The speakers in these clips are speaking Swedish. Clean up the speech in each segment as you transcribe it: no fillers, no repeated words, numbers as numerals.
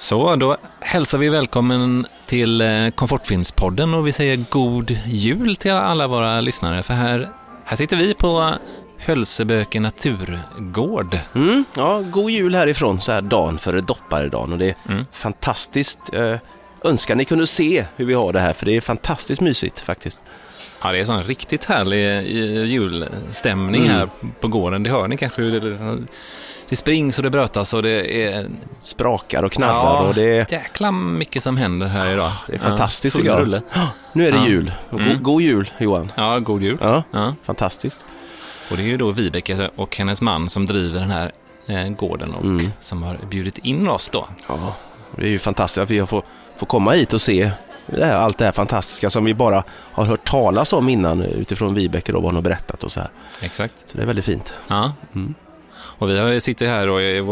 Så då hälsar vi välkommen till Komfortfilmspodden och vi säger god jul till alla våra lyssnare. För här sitter vi på Hölseböke naturgård. Ja, god jul härifrån så här dagen före dopparedagen. Och det är fantastiskt. Önskar ni kunde se hur vi har det här, för det är fantastiskt mysigt faktiskt. Ja, det är sån riktigt härlig julstämning här på gården. Det hör ni kanske hur det springs och det brötas och det är sprakar och knarrar och det är jäkla mycket som händer här idag. Det är fantastiskt tycker jag. Nu är det jul. God jul, Johan. Ja, god jul. Ja. Fantastiskt. Och det är ju då Vibeke och hennes man som driver den här gården och som har bjudit in oss då. Ja, det är ju fantastiskt att vi får komma hit och se allt det här fantastiska som vi bara har hört talas om innan utifrån Vibeke och vad hon har berättat och så här. Exakt. Så det är väldigt fint. Ja. Och vi sitter här då i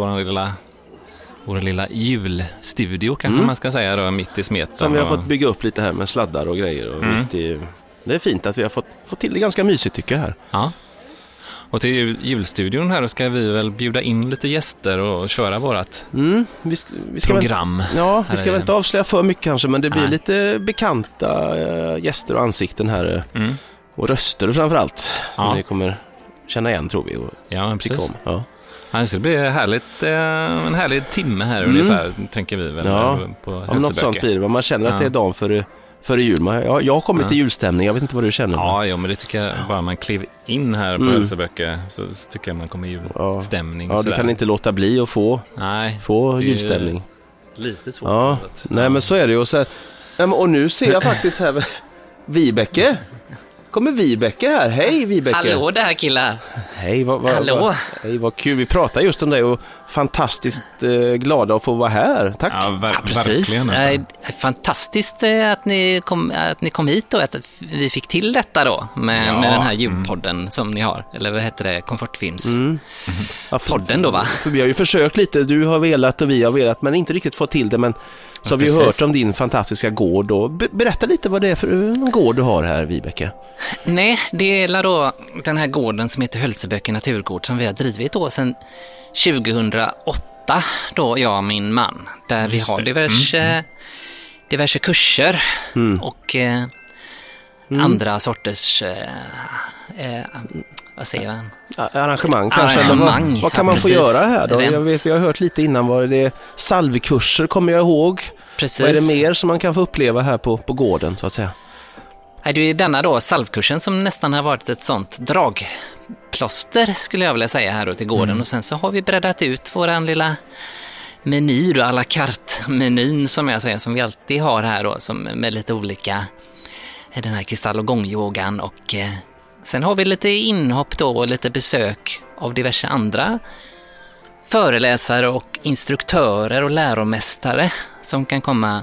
vår lilla julstudio kanske man ska säga då, mitt i smeten. Som vi har fått bygga upp lite här med sladdar och grejer. Och det är fint att vi har fått till det ganska mysigt tycker jag här. Ja. Och till julstudion här då ska vi väl bjuda in lite gäster och köra vårat vi ska program. Vi ska väl inte avslöja för mycket kanske, men det blir lite bekanta gäster och ansikten här. Och röster framförallt som ni kommer känna igen tror vi. Ja, precis. Det blir härligt, en härlig timme här ungefär, tänker vi väl på Hölseböke. Något sånt blir det. Man känner att det är dagen före jul. Jag har kommit till julstämning, jag vet inte vad du känner. Ja, men det tycker jag, bara man kliver in här på Hölseböke så tycker jag man kommer julstämning. Ja, du kan inte låta bli att få julstämning. Lite svårt. Ja, nej men så är det ju. Och nu ser jag faktiskt här Vibeke. Kommer Vibeke här. Hej Vibeke. Hallå där killar. Hej, Hallå. Hej, vad kul. Vi pratar just om det och fantastiskt glada att få vara här. Tack. Ja, precis. Verkligen. Fantastiskt att ni kom hit och att vi fick till detta då med den här julpodden som ni har. Eller vad heter det? Komfortfilms podden då va? För vi har ju försökt lite. Du har velat och vi har velat men inte riktigt fått till det. Men så har vi hört om din fantastiska gård. Och berätta lite vad det är för en gård du har här, Vibeke. Nej, det är då den här gården som heter Hölseböke naturgård som vi har drivit då sedan 2008 då, jag och min man. Där vi har diverse kurser och andra sorters vad säger man? Arrangemang kanske. Vad kan man få göra här då? Jag vet, jag har hört lite innan vad det är. Salvkurser kommer jag ihåg. Precis. Vad är det mer som man kan få uppleva här på gården så att säga? Det är denna då salvkursen som nästan har varit ett sånt dragplåster skulle jag vilja säga här då till gården. Och sen så har vi breddat ut våran lilla meny då, à la carte-menyn som jag säger, som vi alltid har här då, som med lite olika, den här kristall- och gångyogan och sen har vi lite inhopp då och lite besök av diverse andra föreläsare och instruktörer och läromästare som kan komma.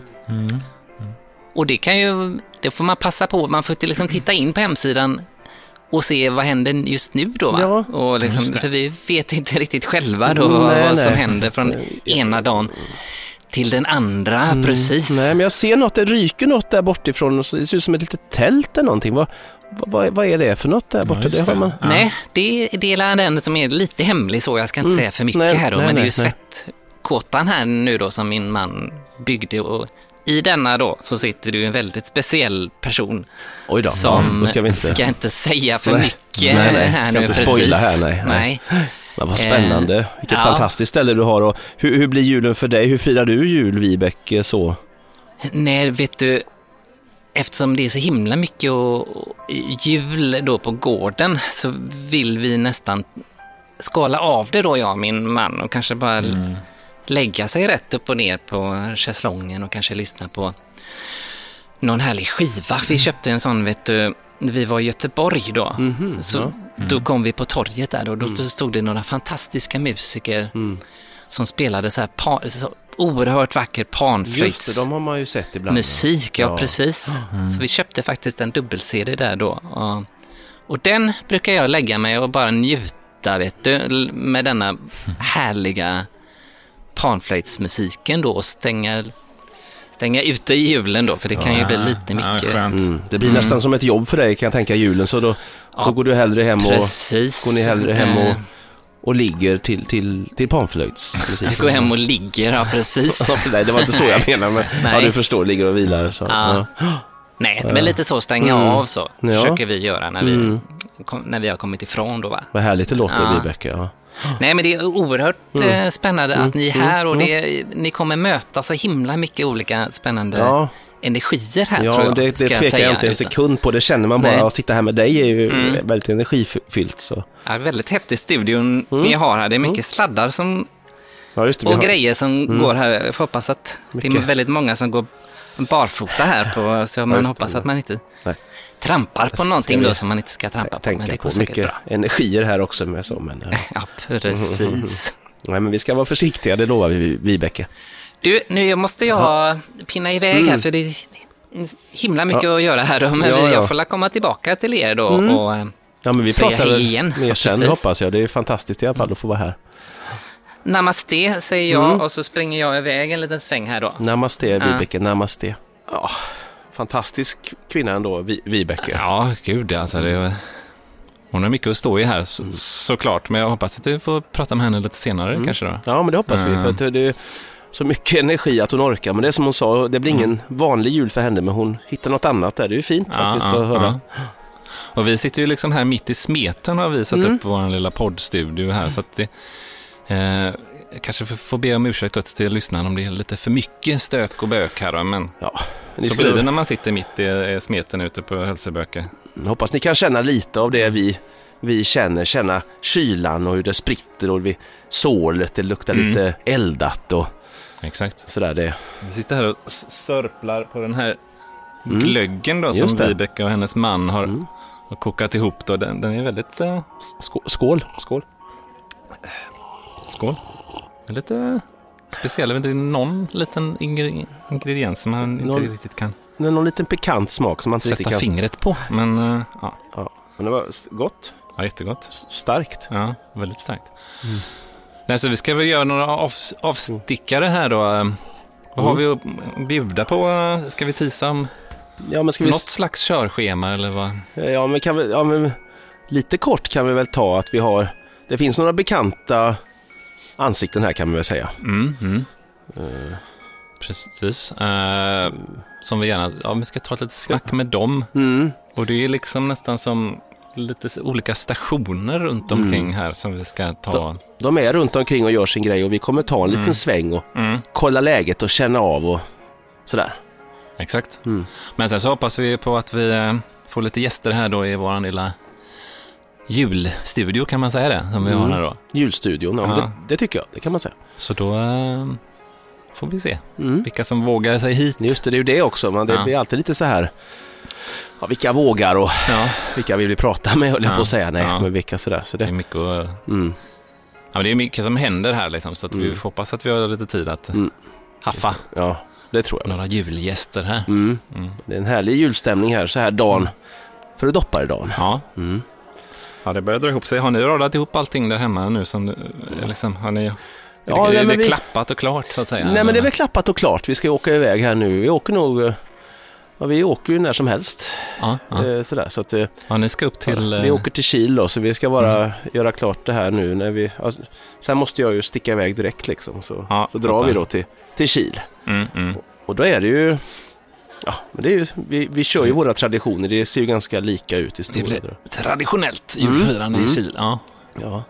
Och det får man passa på. Man får liksom titta in på hemsidan och se vad händer just nu då va? Ja, och liksom, för vi vet inte riktigt själva då vad som händer från ena dagen till den andra, precis. Nej, men jag ser något, det ryker något där bortifrån och det ser ut som ett litet tält eller någonting. Vad är det för något där borta? Det har man... Nej, det är delar den som är lite hemlig så jag ska inte säga för mycket här då, men det är ju svettkåtan här nu då som min man byggde och i denna då så sitter du en väldigt speciell person. Oj då, som ska inte säga för mycket här ska nu. Inte spoila här, nej. Men vad spännande. Vilket fantastiskt ställe du har. Och hur blir julen för dig? Hur firar du jul, Vibeke? Så? Nej, vet du, eftersom det är så himla mycket jul då på gården så vill vi nästan skala av det då, jag och min man, och kanske bara lägga sig rätt upp och ner på schäslongen och kanske lyssna på någon härlig skiva. Vi köpte en sån, vet du, vi var i Göteborg då. Då kom vi på torget där och då stod det några fantastiska musiker som spelade så här så oerhört vacker panflöjts. Just det, de har man ju sett ibland. Musik, ja precis. Så vi köpte faktiskt en dubbel-CD där då. Och den brukar jag lägga mig och bara njuta, vet du, med denna härliga panflöjtsmusiken då och stänga ute i julen då, för det kan ju bli lite mycket. Det blir nästan som ett jobb för dig kan jag tänka julen, så då går du hellre hem och går ni hellre hem och ligger till panflöjtsmusik. Du går hem och ligger, ja precis. Nej, det var inte så jag menar, men ja, du förstår, ligger och vilar. Så. Ja. Nej, det är lite så stänga av så. Försöker vi göra när vi har kommit ifrån då, va? Vad härligt det låter, Vibeke. Ja. Nej, men det är oerhört spännande att ni är här och ni kommer möta så himla mycket olika spännande energier här, tror jag. Det tvekar jag inte en sekund på. Det känner man bara. Att sitta här med dig är ju väldigt energifyllt. Så. Ja, väldigt häftig studion ni har här. Det är mycket sladdar som, och grejer som går här. Jag hoppas att det är väldigt många som går barfota här på, så man hoppas att man inte trampar på någonting då som man inte ska trampa på. Tänka på mycket bra energier här också med så, men ja, precis. Nej, men vi ska vara försiktiga, det lovar vi, Vibeke. Du, nu måste jag pinna iväg här, för det är himla mycket att göra här då, men jag får komma tillbaka till er då och men vi säga pratar hej igen. Mer sen, hoppas jag. Det är fantastiskt i alla fall att få vara här. Namaste, säger jag, och så springer jag iväg en liten sväng här då. Namaste, Vibeke, namaste. Ja, fantastisk kvinna ändå, Vibeke. Ja, gud, alltså hon har mycket att stå i här, såklart. Men jag hoppas att du får prata med henne lite senare kanske då. Ja, men det hoppas vi, för att det är så mycket energi att hon orkar. Men det är som hon sa, det blir ingen vanlig jul för henne, men hon hittar något annat där. Det är ju fint faktiskt att höra. Och vi sitter ju liksom här mitt i smeten och har visat upp vår lilla poddstudio här, så att det kanske får be om ursäkt till lyssnaren om det är lite för mycket stök och bök här, men så blir det när man sitter mitt i smeten ute på Hälseböke. Hoppas ni kan känna lite av det vi känna kylan och hur det spritter och sålet, det luktar lite eldat och exakt. Sådär det. Vi sitter här och sörplar på den här glöggen då, som Vibeke och hennes man har kokat ihop då. Den är väldigt Skål. Skål. Det är lite speciell, det är någon liten ingrediens som man inte riktigt kan. Det är någon liten pikant smak som man inte sätta riktigt kan fingret på, men men det var gott. Ja, jättegott. Starkt. Ja, väldigt starkt. Nej, så vi ska väl göra några avstickare här då. Vad har vi att bjuda på? Ska vi tisa om något slags körschema eller vad? Ja, men lite kort kan vi väl ta att det finns några bekanta ansikten här, kan man väl säga. Precis. Som vi gärna, vi ska ta ett litet snack med dem. Och det är liksom nästan som lite olika stationer runt omkring här som vi ska ta. De är runt omkring och gör sin grej, och vi kommer ta en liten sväng och kolla läget och känna av och sådär. Exakt. Men sen så hoppas vi på att vi får lite gäster här då i våran lilla julstudio, kan man säga det, som vi har här då. Julstudion, det tycker jag, det kan man säga. Så då får vi se vilka som vågar sig hit. Just det är ju det också, men det blir alltid lite så här, vilka vågar och vilka vill vi prata med, höll jag på att säga. Men vilka sådär. Så det är mycket det är mycket som händer här liksom, så att vi hoppas att vi har lite tid att haffa. Ja, det tror jag. Några julgäster här. Det är en härlig julstämning här, så här dagen för dopparedagen. Ja, det börjar dra ihop sig. Har ni radat ihop allting där hemma nu som liksom, har ni... är det klappat och klart, så att säga? Nej, men det är väl klappat och klart. Vi ska åka iväg här nu. Vi åker nog... vi åker ju när som helst. Sådär, så att, ni ska upp till... vi åker till Kil då, så vi ska bara göra klart det här nu. När sen måste jag ju sticka iväg direkt liksom. Så drar vi då till Kil. Och då är det ju... men det är ju, vi kör ju våra traditioner. Det ser ju ganska lika ut i stora. Det blir traditionellt julfirande i Kil. Ja.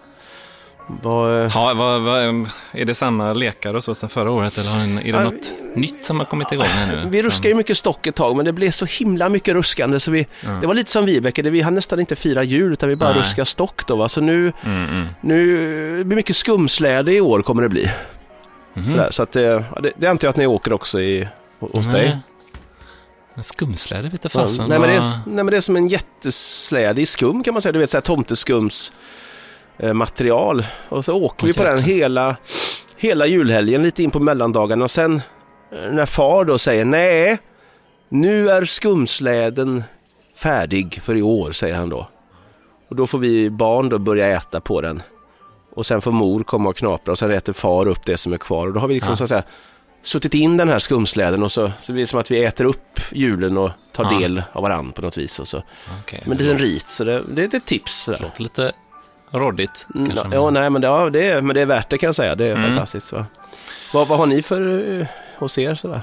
Är det samma lekar och så som förra året, eller är det något nytt som har kommit igång här nu? Vi ruskar ju mycket stock ett tag, men det blev så himla mycket ruskande så det var lite som Vibeke, vi hann nästan inte fira jul utan vi bara ruskar stock då, va? Så nu blir mycket skumsläde i år, kommer det bli. Så att det antar jag att ni åker också hos dig. En skumsläde, vet jag fasen. Nej, men det är som en jättesläde i skum, kan man säga. Du vet, så här tomteskums material. Och så åker vi på den hela julhelgen, lite in på mellandagarna. Och sen när far då säger nej, nu är skumsläden färdig för i år, säger han då. Och då får vi barn då börja äta på den. Och sen får mor komma och knapra och sen äter far upp det som är kvar. Och då har vi liksom så att säga suttit in den här skumsläden och så blir det som att vi äter upp julen och tar del av varandra på något vis. Och så. Okay, men det är en rit, så det är ett tips. Det låter lite råddigt. Ja, nej, men det är värt det, kan jag säga. Det är fantastiskt. Va? Vad har ni för hos er sådär?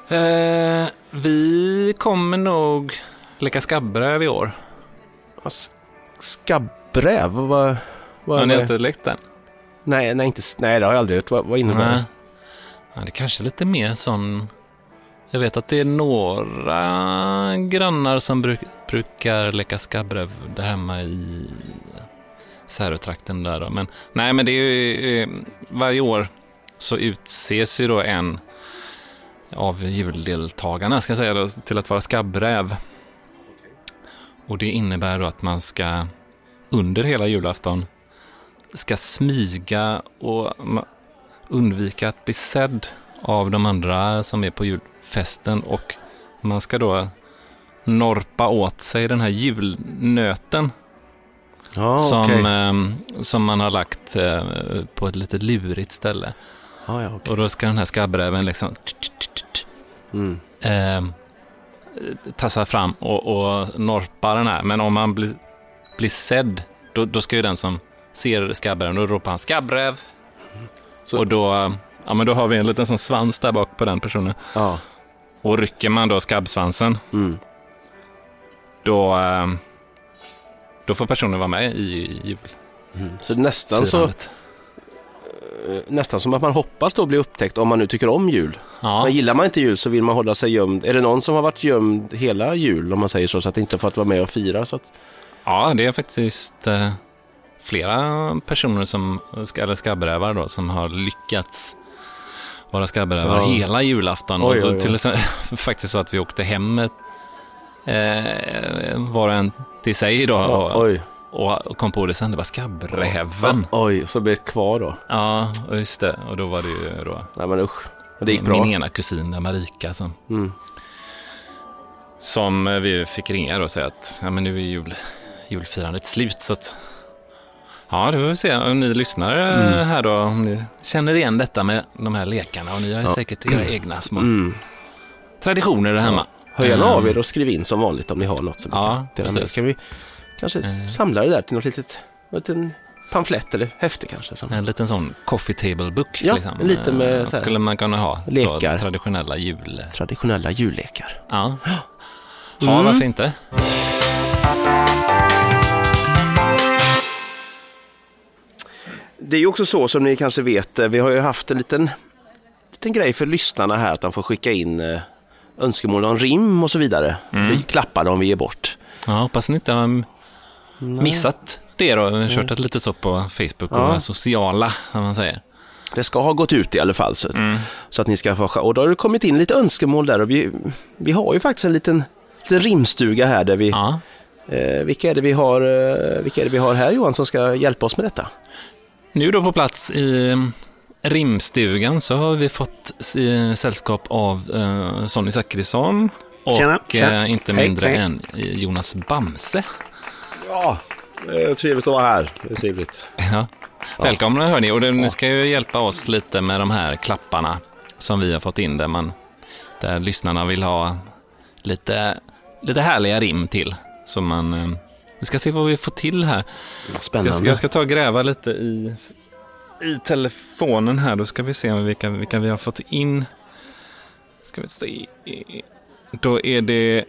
Vi kommer nog leka skabbräv i år. Skabbräv? Har ni inte lekt den? Nej, det har jag aldrig gjort. Vad innebär det? Ja, det är kanske lite mer sån... Jag vet att det är några grannar som brukar leka skabbräv där hemma i Särötrakten där då. Men nej, men det är ju varje år så utses ju då en av juldeltagarna, ska jag säga då, till att vara skabbräv. Och det innebär då att man ska under hela julafton ska smyga och undvika att bli sedd av de andra som är på julfesten, och man ska då norpa åt sig den här julnöten som man har lagt på ett lite lurigt ställe. Och då ska den här skabbräven liksom tassa fram och norpa den här. Men om man blir sedd, då ska ju den som ser skabbräven, då ropar han skabbräv. Och då, men då har vi en liten sån svans där bak på den personen. Ja. Och rycker man då skabbsvansen, då får personen vara med i jul. Så det är nästan som att man hoppas då bli upptäckt om man nu tycker om jul. Ja. Men gillar man inte jul så vill man hålla sig gömd. Är det någon som har varit gömd hela jul, om man säger så att inte fått vara med och fira? Så att... Ja, det är faktiskt flera personer eller skabbrävar då, som har lyckats vara skabbrävar hela julafton. Och så till exempel faktiskt så att vi åkte hem var en till sig då och kom på det sen, det var skabbräven. Så blev det kvar då. Ja, just det. Och då var det ju då... Nej, men usch. Det gick bra. Min ena kusin, Marika, som vi fick ringa och säga att men nu är julfirandet slut, så att ja, det får vi se om ni lyssnar här då, om ni känner igen detta med de här lekarna, och ni har ju säkert era egna små traditioner där hemma. Hör gärna av er och skriv in som vanligt om ni har något som vi kan dela med. Ska vi kanske samla det där till något liten pamflett eller häfte kanske. En liten sån coffee table book. Ja, liksom. lite med skulle man kunna ha lekar. Så, traditionella jullekar. Ja. Varför inte? Det är ju också så, som ni kanske vet, vi har ju haft en liten grej för lyssnarna här, att de får skicka in önskemål om rim och så vidare. Vi klappar dem vi ger bort. Ja, hoppas ni inte har missat det då. Vi har kört lite så på Facebook och sociala, som man säger. Det ska ha gått ut i alla fall så att ni ska få. Och då har det kommit in lite önskemål där, och vi har ju faktiskt en liten rimstuga här där vi vilka är det vi har här, Johan, som ska hjälpa oss med detta? Nu då på plats i rimstugan så har vi fått sällskap av Sonny Zachrisson och Tjena. inte mindre än Jonas Bamse. Ja, det är trevligt att vara här. Det är trevligt. Ja. Välkomna hörni, och ni ska ju hjälpa oss lite med de här klapparna som vi har fått in där lyssnarna vill ha lite härliga rim till. Så vi ska se vad vi får till här. Spännande. Jag ska ta och gräva lite i telefonen här. Då ska vi se vilka vi har fått in. Ska vi se. Då är det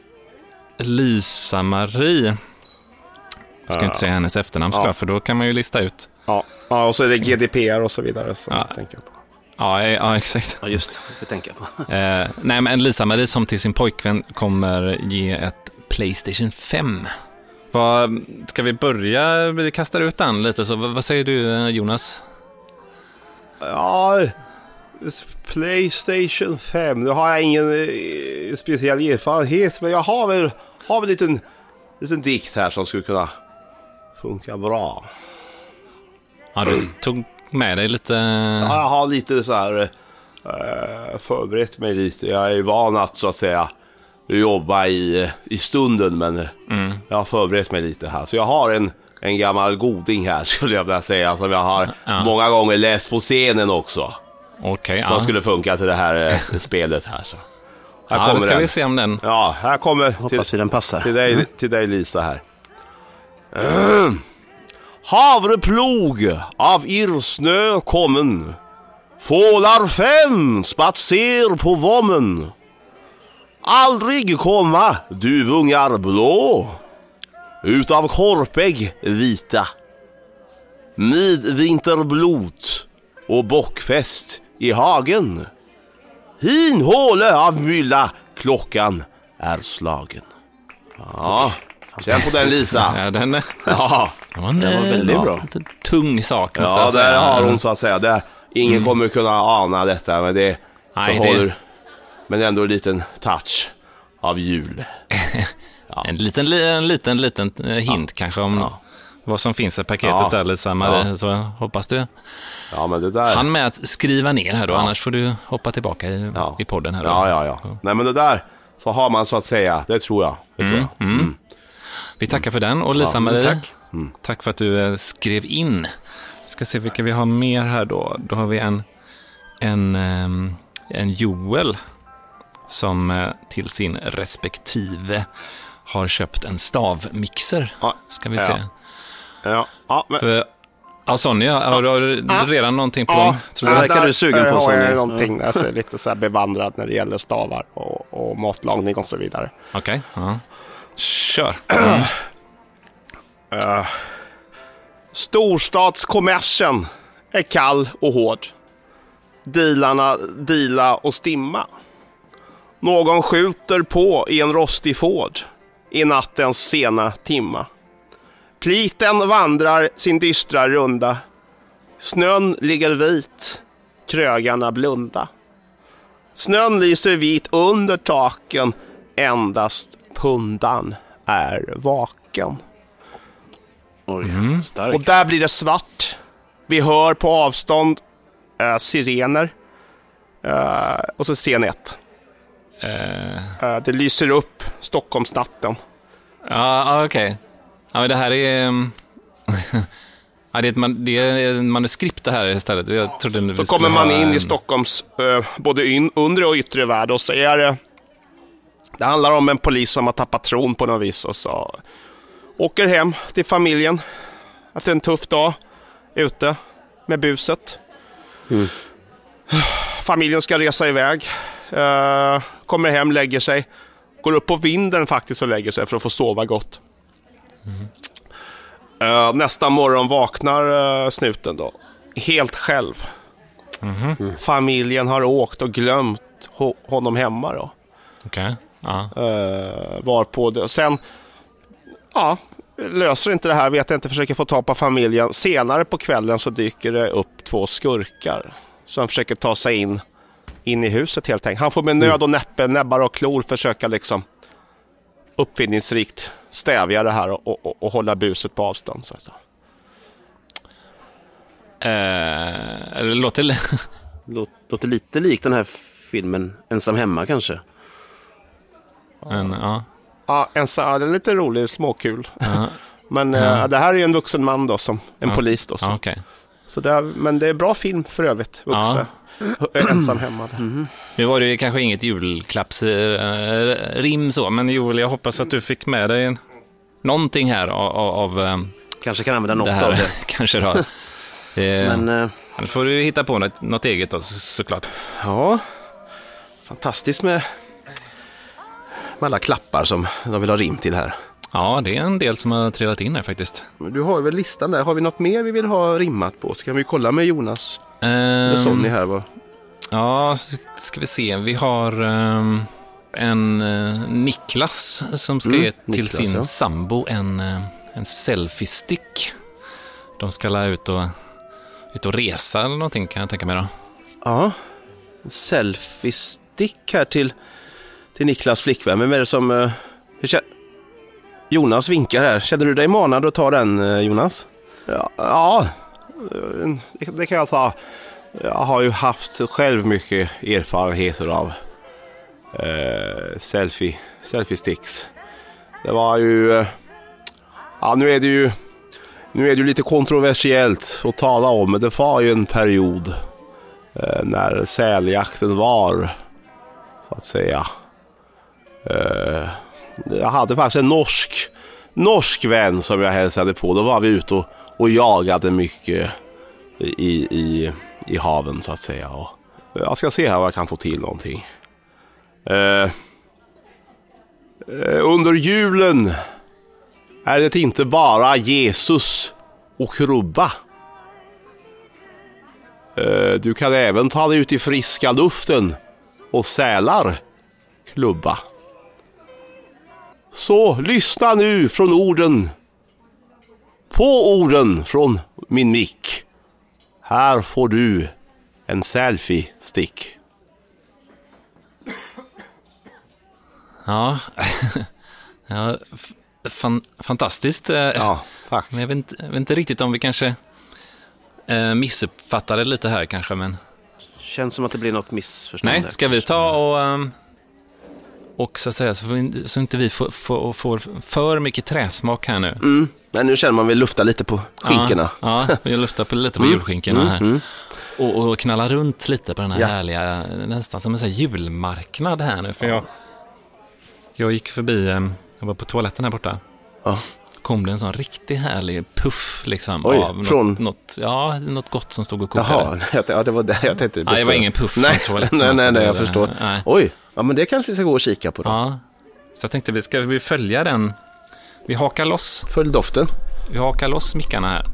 Lisa-Marie. Jag ska inte säga hennes efternamn för då kan man ju lista ut. Ja, och så är det GDPR och så vidare som jag tänker på. Ja, exakt. Ja, just det tänker jag på. Nej, men Lisa-Marie som till sin pojkvän kommer ge ett PlayStation 5. Ska vi börja? Vi kastar ut den lite. Så vad säger du, Jonas? Ja, PlayStation 5. Nu har jag ingen speciell erfarenhet, men jag har väl en liten dikt här som skulle kunna funka bra. Ja, du tog med dig lite... Ja, jag har lite så här förberett mig lite. Jag är van att så att säga jobba i stunden, men jag har förberett mig lite här. Så jag har en gammal goding här, skulle jag vilja säga, som jag har många gånger läst på scenen också. Okej, som skulle funka till det här spelet här. Så. Här kommer ska vi se om den... Ja, här kommer... Hoppas vi den passar. Till dig Lisa här. Havreplog av irsnö kommen, fålar 5 spatser på vommen. Aldrig komma duvungar blå, utav korpägg vita, midvinterblot och bockfäst i hagen. Hin håle av mylla, klockan är slagen. Ja, känn på den, Lisa. Ja, den var väldigt bra. Tung sak, måste Ja, jag säga. där har hon så att säga. Där, ingen kommer kunna ana detta, men det Nej, så det- håller, men ändå en liten touch av jul. En liten hint kanske om vad som finns i paketet Ja. där, Lisa Marie, så hoppas du. Ja, men det där. Han med att skriva ner här då, annars får du hoppa tillbaka i podden här då. Ja. Nej, men det där så har man så att säga, det tror jag. Vi tackar för den, och Lisa Marie, tack. tack för att du skrev in. Vi ska se vilka vi har mer här då. Då har vi en Joel som till sin respektive har köpt en stavmixer. Ja. Ska vi se. Ja, men För, Sonja, har du redan någonting på gång? Tror Ja, du? verkar där du sugen på, har Sonja? jag någonting, alltså, lite så här bevandrad när det gäller stavar och matlagning och så vidare. Okej, ja. Kör. Storstadskommersen är kall och hård. Dealarna deala och stimma. Någon skjuter på i en rostig Ford i nattens sena timma. Pliten vandrar sin dystra runda. Snön ligger vit, krögarna blunda. Snön lyser vit under taken, endast pundan är vaken. Oj, starkt. Och där blir det svart. Vi hör på avstånd sirener. Och så scen 1. Det lyser upp Stockholmsnatten. Ja, okej. Ja, men det här är... ja, det är ett manuskript det här istället. Jag trodde vi Så skulle kommer man ha in en- i Stockholms både undre och yttre värld, och så är det... Det handlar om en polis som har tappat tron på något vis, och så åker hem till familjen efter en tuff dag ute med buset. Familjen ska resa iväg. Kommer hem, lägger sig. Går upp på vinden faktiskt och lägger sig för att få sova gott. Nästa morgon vaknar snuten då. Helt själv. Familjen har åkt och glömt honom hemma då. Okej, ja. Var på det. Och sen, löser inte det här, vet jag inte, försöker få tag på familjen. Senare på kvällen så dyker det upp 2 skurkar som försöker ta sig in i huset helt enkelt. Han får med nöd och näppe, näbbar och klor försöka liksom uppfinningsrikt stävja det här och hålla buset på avstånd. Så att säga. Det låter... Låter lite likt den här filmen Ensam hemma kanske. ja. Ja, det är lite rolig, småkul. Men det här är ju en vuxen man då, som en polis då. Så. Ja, okej. Så men det är bra film för övrigt. Vuxen. Ensam hemma. Nu var det ju kanske inget julklappsrim så, men Joel, jag hoppas att du fick med dig någonting här av Kanske kan använda något det här. av det. Kanske då. Men Annars får du hitta på något eget då, såklart. ja, fantastiskt med alla klappar som de vill ha rim till här. Ja, det är en del som har trillat in här faktiskt. Men du har ju väl listan där. Har vi något mer vi vill ha rimmat på? Så kan vi kolla med Jonas eller Sonny här. Ja, ska vi se. Vi har en Niklas som ska ge till Niklas, sin sambo en selfie-stick. De ska la ut och resa eller någonting, kan jag tänka mig då. Ja, en selfie-stick här till Niklas flickvän. Men vad är det som... Jonas vinkar här. Känner du dig manad att ta den, Jonas? Ja, det kan jag ta. Jag har ju haft själv mycket erfarenheter av selfie-sticks. Det var ju... nu är det ju lite kontroversiellt att tala om, men det var ju en period när säljakten var, så att säga. Jag hade faktiskt en norsk vän som jag hälsade på. Då var vi ute och jagade mycket i haven så att säga. Och jag ska se här vad jag kan få till någonting. Under julen är det inte bara Jesus och krubba. Du kan även ta dig ut i friska luften och sälar klubba. Så lyssna nu från orden från min mick. Här får du en selfie-stick. Ja, ja fantastiskt. Ja, tack. Men jag vet inte riktigt om vi kanske missuppfattade lite här kanske, men... Känns som att det blir något missförstånd. Nej, ska vi ta och så att säga, så inte vi får för mycket träsmak här nu. Men nu känner man väl lufta lite på skinkorna. Ja, vi luftar lite på julskinkorna här. Och knalla runt lite på den här härliga, nästan som en sån här julmarknad här nu. För jag gick förbi, jag var på toaletten här borta. Ja. Kom det en sån riktigt härlig puff liksom. Oj, av från... något gott som stod och kokade. Jaha, det var det jag tänkte. Det var ingen puff från toaletten. Nej, jag förstår. Nej. Oj, ja, men det kanske vi ska gå och kika på då. Ja, så jag tänkte ska vi följa den. Vi hakar loss. Följ doften. Vi hakar loss mickarna här.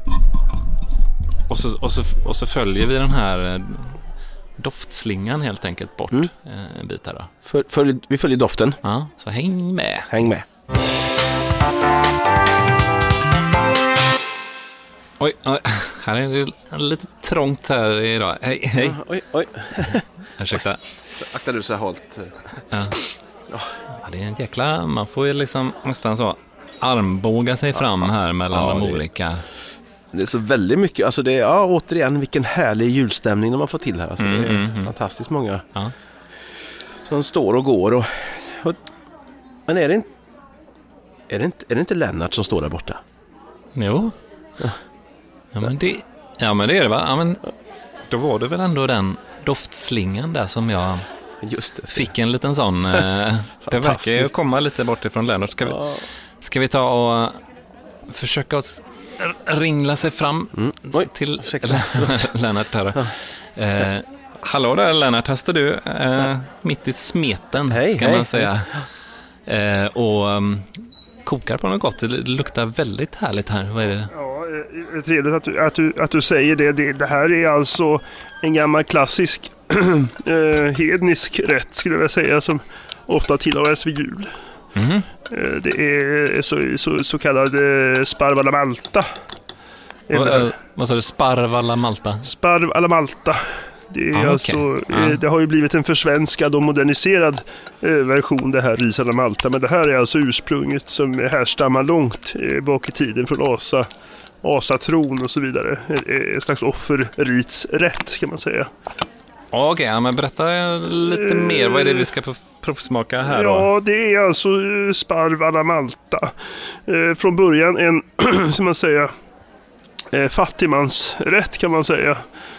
Och så följer vi den här doftslingan helt enkelt bort en bit här då. Vi följer doften. Ja, så häng med. Häng med. Oj, här är det lite trångt här idag. Hej. Oj. Ursäkta. Akta du så halt. Ja, det är en jäkla... Man får ju liksom nästan så armbåga sig fram här mellan de olika... Det är så väldigt mycket. Alltså det är, återigen, vilken härlig julstämning de har fått till här. Alltså det är fantastiskt många som står och går. Men är det inte Lennart som står där borta? Jo. Ja, men det är det va? Ja, men då var det väl ändå den doftslingan där som jag fick en liten sån... det verkar ju komma lite bort ifrån Lennart. Ska vi ta och försöka oss ringla sig fram till Lennart här då. Hallå där Lennart, här står du mitt i smeten ska man säga. Och kokar på något gott. Det luktar väldigt härligt här. Vad är det? Ja, det är trevligt att du säger det. Det här är alltså en gammal klassisk hednisk rätt skulle jag vilja säga, som ofta tillagas vid jul. Det är så kallad sparv alla Malta. Vad sa du? Sparv alla Malta? Sparv alla Malta. Det är det har ju blivit en försvenskad och moderniserad version, det här ris alla Malta. Men det här är alltså ursprunget som härstammar långt bak i tiden från asatron och så vidare. En slags offerritsrätt kan man säga. Okej, men berätta lite mer. Vad är det vi ska provsmaka här då? Ja, det är alltså sparv alla Malta. Från början en, som man säger, fattigmansrätt kan man säga.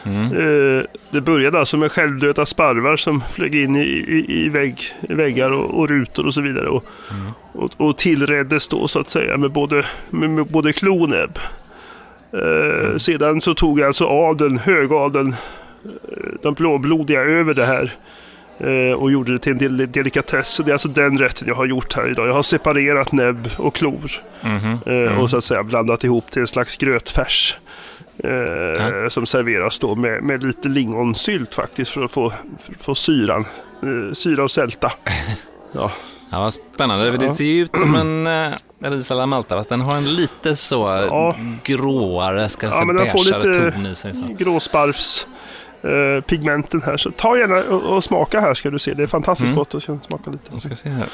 Det började alltså med självdöda sparvar som flög in i väggar och rutor och så vidare. Och tillreddes då så att säga med både klonäbb. Sedan så tog alltså högadeln, de blåblodiga över det här och gjorde det till en delikatess. Så det är alltså den rätten jag har gjort här idag. Jag har separerat näbb och klor och så att säga blandat ihop till en slags grötfärs som serveras då med lite lingonsylt faktiskt för att få syra och sälta. Ja, vad spännande. Det ser ju ut som en ris alla Malta, fast den har en lite så gråare, ska jag säga, men den får lite ton i sig. Så. Gråsparvs pigmenten här. Så ta gärna och smaka här ska du se. Det är fantastiskt gott att smaka lite. Jag ska se här.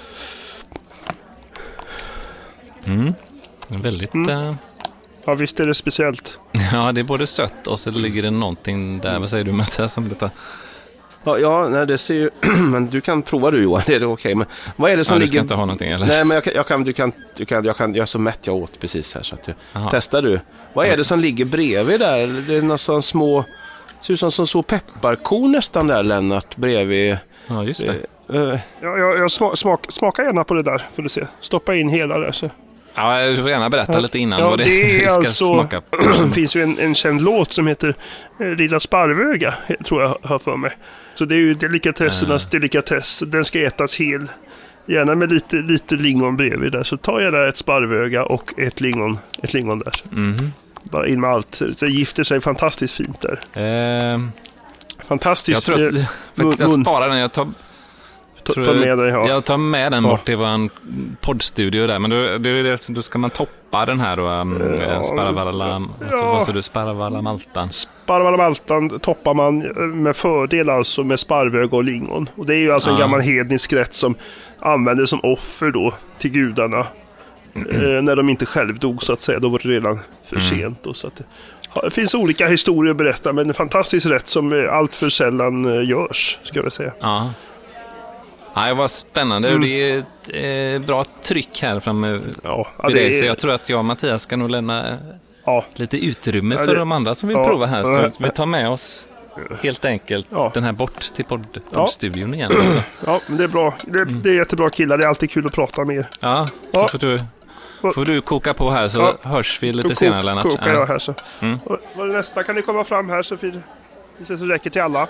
Väldigt... Ja, visst är det speciellt. Ja, det är både sött och så ligger det någonting där. Vad säger du, Mattias, som detta? Ja, nej, det ser ju... men du kan prova du, Johan. Det är okej. Men vad är det som ligger... Du ska inte ha någonting, eller? Nej, men jag är så mätt jag åt precis här. Så att testar du. Vad är det som ligger bredvid där? Det är några sån små... Ser ut som så pepparkorn nästan där, Lennart, bredvid. Ja, just det. Jag smaka gärna på det där, får du se. Stoppa in hela där så. Ja, du får gärna berätta lite innan Ja, vad det det är vi ska alltså, smaka. det finns ju en känd låt som heter Lilla sparvöga, tror jag har för mig. Så det är ju delikatessernas delikatess. Den ska ätas hel. Gärna med lite lingon bredvid där. Så ta gärna ett sparvöga och ett lingon där. Mhm. Bara in med allt. Det gifter sig fantastiskt fint där. Fantastiskt. Jag tror att jag sparar den. Jag tar med dig, ja. Jag tar med den bort till vår poddstudio där. Men då ska man toppa den här då. Sparvala maltan. Sparvala maltan toppar man med fördel alltså med sparvöga och lingon. Och det är ju alltså en gammal hednisk rätt som användes som offer då till gudarna. När de inte själv dog så att säga. Då var det redan för sent. Då, så att det finns olika historier att berätta, men en fantastisk rätt som allt för sällan görs, ska jag säga. Ja. Ja, det var spännande och det är ett bra tryck här framme vid dig. Så jag tror att jag och Mattias ska nog lämna lite utrymme för de andra som vill prova här. Så vi tar med oss helt enkelt den här bort till poddstudion igen. Alltså. Ja, men det är bra. Det är jättebra killar. Det är alltid kul att prata med er. Ja, så får du koka på här så hörs vi lite senare, Lennart. Kokar jag här så. Vad är nästa? Kan ni komma fram här så det räcker till alla.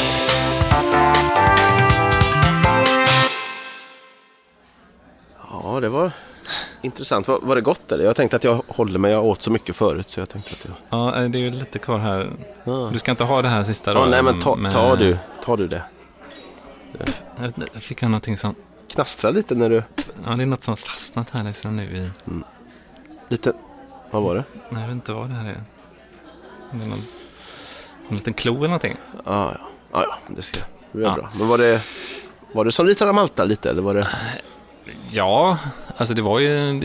Ja, det var intressant. Var det gott eller? Jag tänkte att jag håller mig. Jag åt så mycket förut så jag tänkte att Ja, det är ju lite kvar här. Du ska inte ha det här sista då? Ja, nej, men ta du det. Jag fick någonting som knastrar lite när du... Ja, det är något som har fastnat här liksom nu i... Lite... Vad var det? Nej, jag vet inte vad det här är. Det är en liten klo eller någonting. Ja, det blir bra. Men var det som ritade Malta lite eller var det... Ja, alltså det var ju...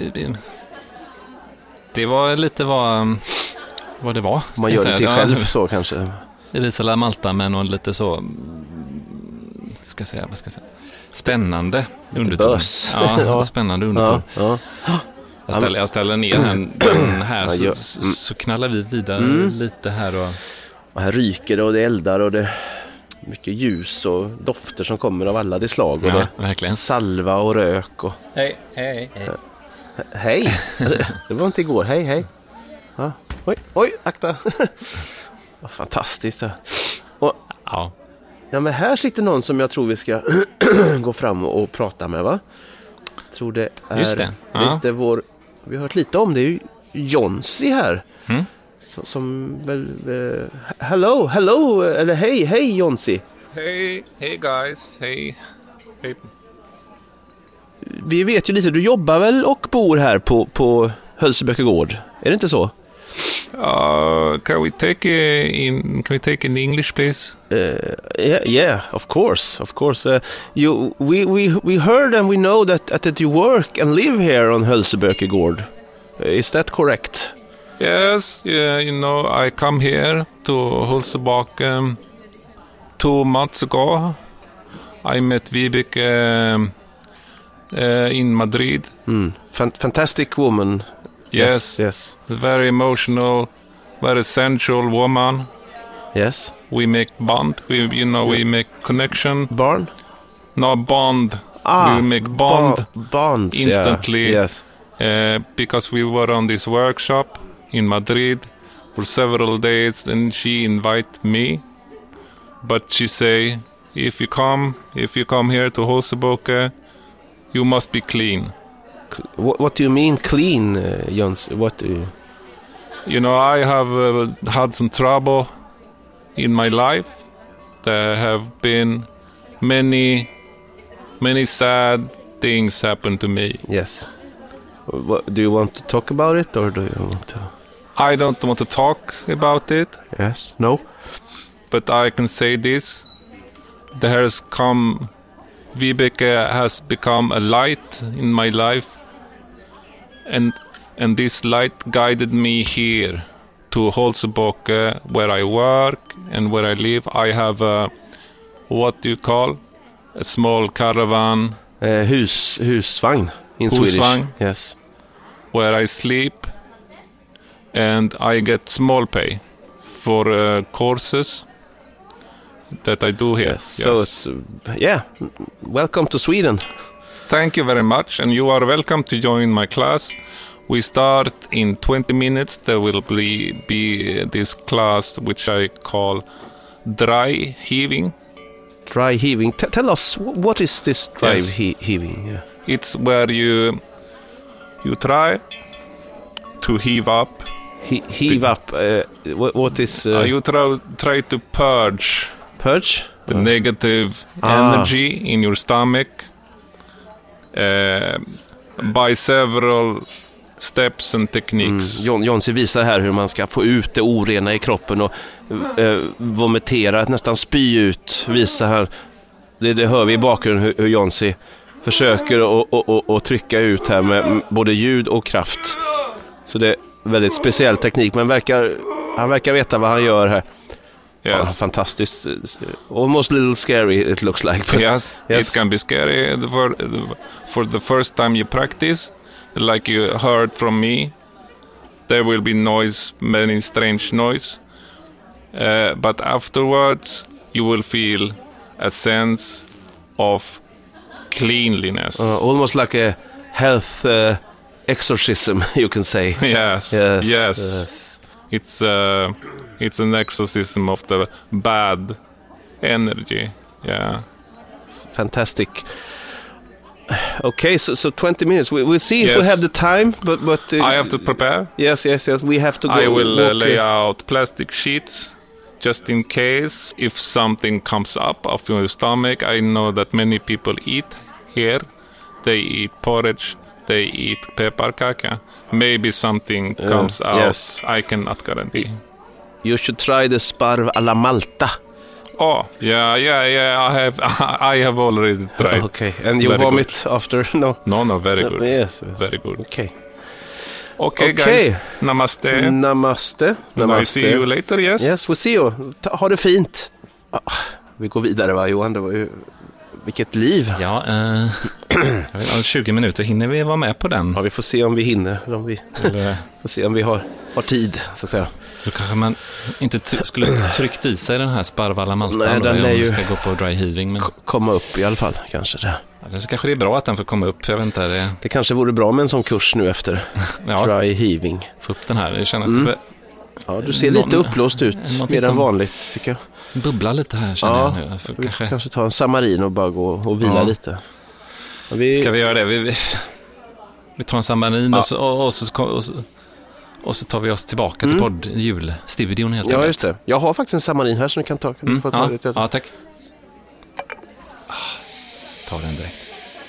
Det var lite vad det var. Man gör det till själv så kanske. Risala Malta med någon lite så... vad ska jag säga? Spännande underton. Bös. Ja, spännande underton. Ja. Jag ställer ner den här så knallar vi vidare lite här. Och här ryker det och det eldar och det... Mycket ljus och dofter som kommer av alla de slag. Och det verkligen. Salva och rök. Och... Hej. Hej. Det var inte igår. Hej. Ja. Oj, akta. Vad fantastiskt det. Och, ja, men här sitter någon som jag tror vi ska gå fram och prata med, va? Jag tror det är just det. Lite vår... Vi har hört lite om det. Det är ju Jonsi här. Som väl... hello, eller hej Jonsi. Hey guys, hej. Vi vet ju lite, du jobbar väl och bor här på Hölseböke gård. Är det inte så? Can we take in English, please? Yeah, of course. We heard and we know that you work and live here on Hölseböke gård. Is that correct? Yes, I come here to Hölseböke 2 months ago. I met Vibeke in Madrid. Fantastic woman. Yes. Very emotional, very sensual woman. Yes. We make bond. We make connection. Barn? No, bond. We make bond. Bonds. Instantly. Yeah. Yes. Because we were on this workshop in Madrid for several days, and she invite me. But she say, if you come here to Hölseböke, you must be clean. What do you mean clean, Jons? What do you... I have had some trouble in my life. There have been many sad things happen to me. Yes. Do you want to talk about it, or do you want to... I don't want to talk about it. Yes. No. But I can say this. Vibeke has become a light in my life, and this light guided me here to Hölseböke, where I work and where I live. I have a small caravan. Husvagn in Husvagn. Swedish. Yes. Where I sleep, and I get small pay for courses that I do here. Yes. So it's, welcome to Sweden. Thank you very much, and you are welcome to join my class. We start in 20 minutes. There will be this class which I call dry heaving. Dry heaving. Tell us, what is this dry Yes. heaving? Yeah. It's where you try to heave up. Heave up. What is... You try to purge the negative energy in your stomach by several steps and techniques. Jonsi visar här hur man ska få ut det orena i kroppen och vomitera, nästan spy ut. Visar här. Det hör vi i bakgrunden hur Jonsi försöker att trycka ut här med både ljud och kraft. Så det är väldigt speciell teknik, men han verkar veta vad han gör här. Yes. Ja, fantastiskt. Almost a little scary it looks like. But Yes, it can be scary for the first time you practice. Like you heard from me, there will be noise, many strange noise. But afterwards, you will feel a sense of cleanliness. Almost like a health exorcism, you can say. Yes. It's an exorcism of the bad energy. Yeah. Fantastic. Okay, so 20 minutes. We'll see if we Yes. have the time, but I have to prepare. Yes. We have to go. I will walk, lay out plastic sheets just in case if something comes up of your stomach. I know that many people eat here. They eat porridge. They eat pepparkaka. Maybe something comes out. Yes. I cannot guarantee. You should try the sparv alla Malta. Oh, yeah. I have already tried. Okay, and you Very vomit after? No. No, very good. Yes. Very good. Okay. Okay, guys. Namaste. Namaste. I see you later, yes? Yes, we'll see you. Ha det fint. Vi går vidare, va, Johan? Det var ju... Vilket liv. Ja, 20 minuter hinner vi vara med på den. Ja, vi får se om vi hinner. Får se om vi har tid, så att säga. Då kanske man inte skulle tryckt i sig den här sparvala maltan. Nej, den lär om ju vi ska gå på dry heaving. Men komma upp i alla fall, kanske. ja, så kanske det är bra att den får komma upp. Jag vet inte, Det kanske vore bra med en sån kurs nu efter dry heaving. Få upp den här. Jag känner att Ja, du ser lite uppblåst ut, mer än vanligt, tycker jag. bubblar lite här, känner jag nu. Vi kanske ta en samarin och bara gå och vila lite. Ska vi göra det? Vi tar en samarin och så tar vi oss tillbaka till julstudion helt enkelt. Ja, just det. Jag har faktiskt en samarin här som du kan ta. Kan du få ta lite? Ja, tack. Ta den direkt.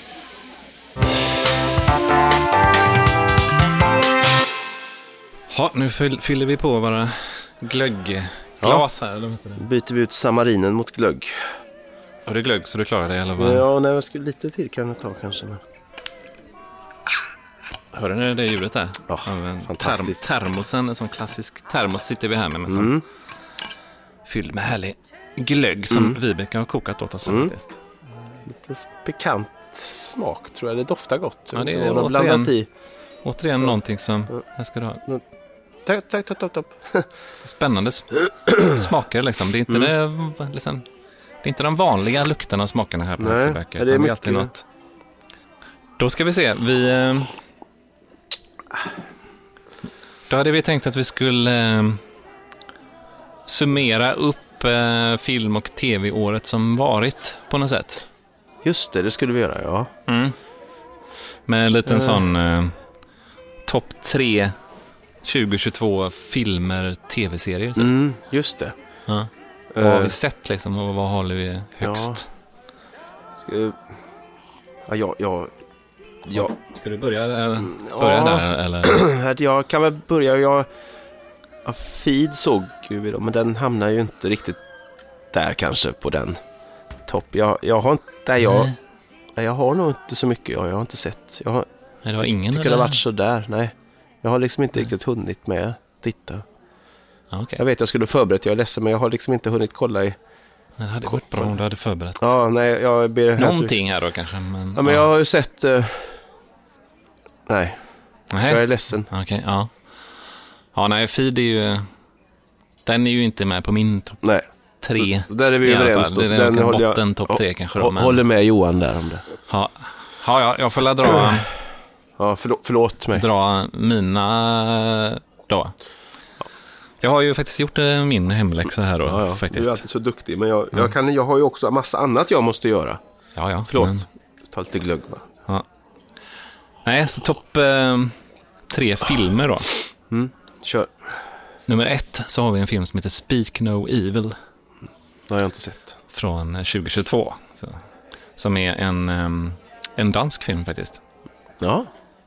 Ja, nu fyller vi på våra glöggglas här. Eller Byter vi ut samarinen mot glögg. har du glögg så du klarar det? Eller vad? Ja, nej, jag skulle lite till kan jag ta kanske. Men... Hör ni det ljudet där? Ja, fantastiskt. Termosen, en sån klassisk termos sitter vi här med som fylld med härlig glögg som Vibeke har kokat åt oss faktiskt. Lite pikant smak, tror jag. Det doftar gott. Ja, det är är blandat i. Återigen någonting som... Här ska du ha. Tack. Spännande smaker liksom. Det är inte det är inte de vanliga lukterna och smakerna här på Hälsebäcke. det är mycket alltid något. Då ska vi se. Då hade vi tänkt att vi skulle summera upp film- och tv-året som varit på något sätt. Just det skulle vi göra, ja. Med en liten sån topp 3 2022 filmer, tv-serier. Typ. Just det. Ja. Vad har vi sett liksom och vad håller vi högst? Ska du börja där eller? Jag kan väl börja. Feed såg vi då, men den hamnar ju inte riktigt där kanske på den topp. Jag har nog inte så mycket. Jag har inte sett. Nej, det var ingen. Tycker det har varit så där. Nej. Jag har liksom inte riktigt hunnit med titta. Okay. Jag vet jag skulle förberett, jag är ledsen, men jag har liksom inte hunnit kolla i. Det hade varit bra om du hade förberett. Ja, nej, jag ber någonting här då kanske. Men jag har ju sett. Nej. Jag är ledsen. Okej, ja. Ja, nej, Feed är ju. Den är ju inte med på min topp 3. Så där är vi överens då. Det är den botten topp 3 kanske då. Håller med Johan där om det. Ja, jag får dra... Ja, förlåt mig. Dra mina då. Jag har ju faktiskt gjort min hemläxa här då. Ja, faktiskt. Du är alltid så duktig, men jag har ju också en massa annat jag måste göra. Ja. Förlåt, ta lite glögg bara. Ja. Nej, så topp 3 filmer då. Kör. Nummer 1 så har vi en film som heter Speak No Evil. Det har jag inte sett. Från 2022. Som är en dansk film faktiskt. Ja.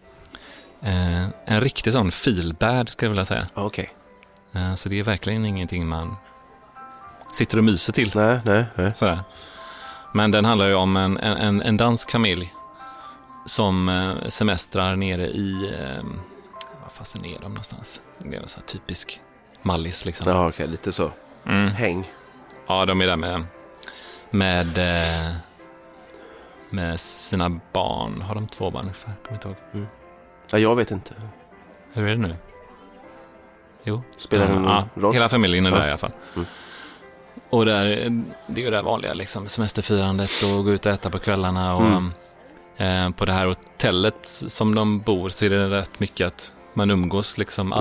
En riktig sån feel-bad skulle jag vilja säga. Okej. Så det är verkligen ingenting man sitter och myser till. Nej. Sådär. Men den handlar ju om en dansk familj som semestrar nere i... vad fasen är de någonstans? Det är en sån här typisk Mallis liksom. Ja, okej. Lite så. Häng. Ja, de är där med sina barn. Har de 2 barn ungefär? Kommer inte ihåg. Ja, jag vet inte. Hur är det nu? Jo. Spelar det någon roll? Hela familjen är där i alla fall. Och det är ju det vanliga liksom, semesterfirandet och gå ut och äta på kvällarna och på det här hotellet som de bor så är det rätt mycket att man umgås liksom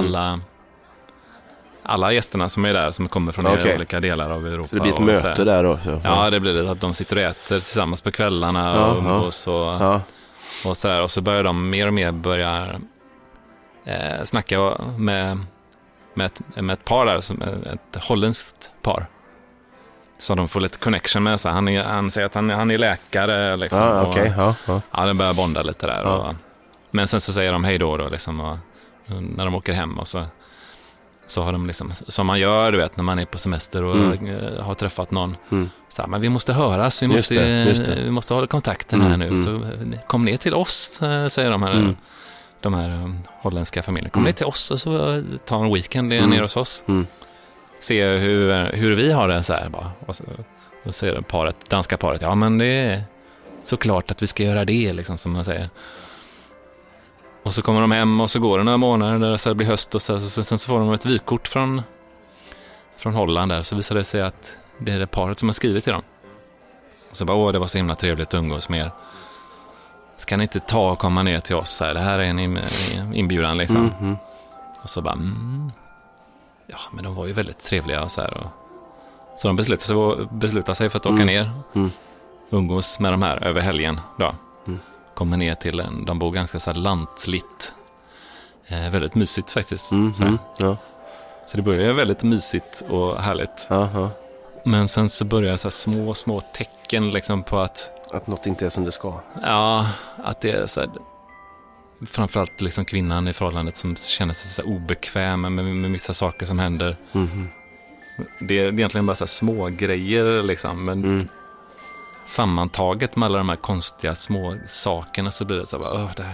alla gästerna som är där som kommer från olika delar av Europa. Så det blir ett möte där då? Så. Ja, det blir det att de sitter och äter tillsammans på kvällarna och umgås och sådär. Och så börjar de mer och mer snacka med ett par där, som ett holländskt par. Så de får lite connection med sig. Han säger att han är läkare liksom. Ja, de börjar bonda lite där. Men sen så säger de hej då liksom, och när de åker hem och så har de liksom, som man gör, du vet, när man är på semester och har träffat någon. Så här, men vi måste höras, vi måste hålla kontakten här nu. Så kom ner till oss, säger de här holländska familjerna. Kom ner till oss och så ta en weekend ner hos oss. Se hur vi har det så här bara. Och säger danska paret, ja men det är såklart att vi ska göra det liksom, som man säger. Och så kommer de hem och så går det några månader där så det blir höst och sen så får de ett vykort från Holland där, så visar det sig att det är det paret som har skrivit till dem. Och så bara, det var så himla trevligt att umgås med er. Ska ni inte ta och komma ner till oss så här? Det här är en inbjudan liksom. Och så bara, ja men de var ju väldigt trevliga och så här. Så de beslutade sig för att åka ner. Umgås med de här över helgen då. Kommer ner till de bor ganska så här lantligt. Väldigt mysigt faktiskt. Så det börjar väldigt mysigt och härligt. Men sen så börjar så här små tecken liksom på att något inte är som det ska. Ja, att det är så här, framförallt liksom kvinnan i förhållandet som känner sig så obekväm med vissa saker som händer. Det är egentligen bara så här små grejer liksom, men sammantaget med alla de här konstiga små sakerna så blir det så här, det här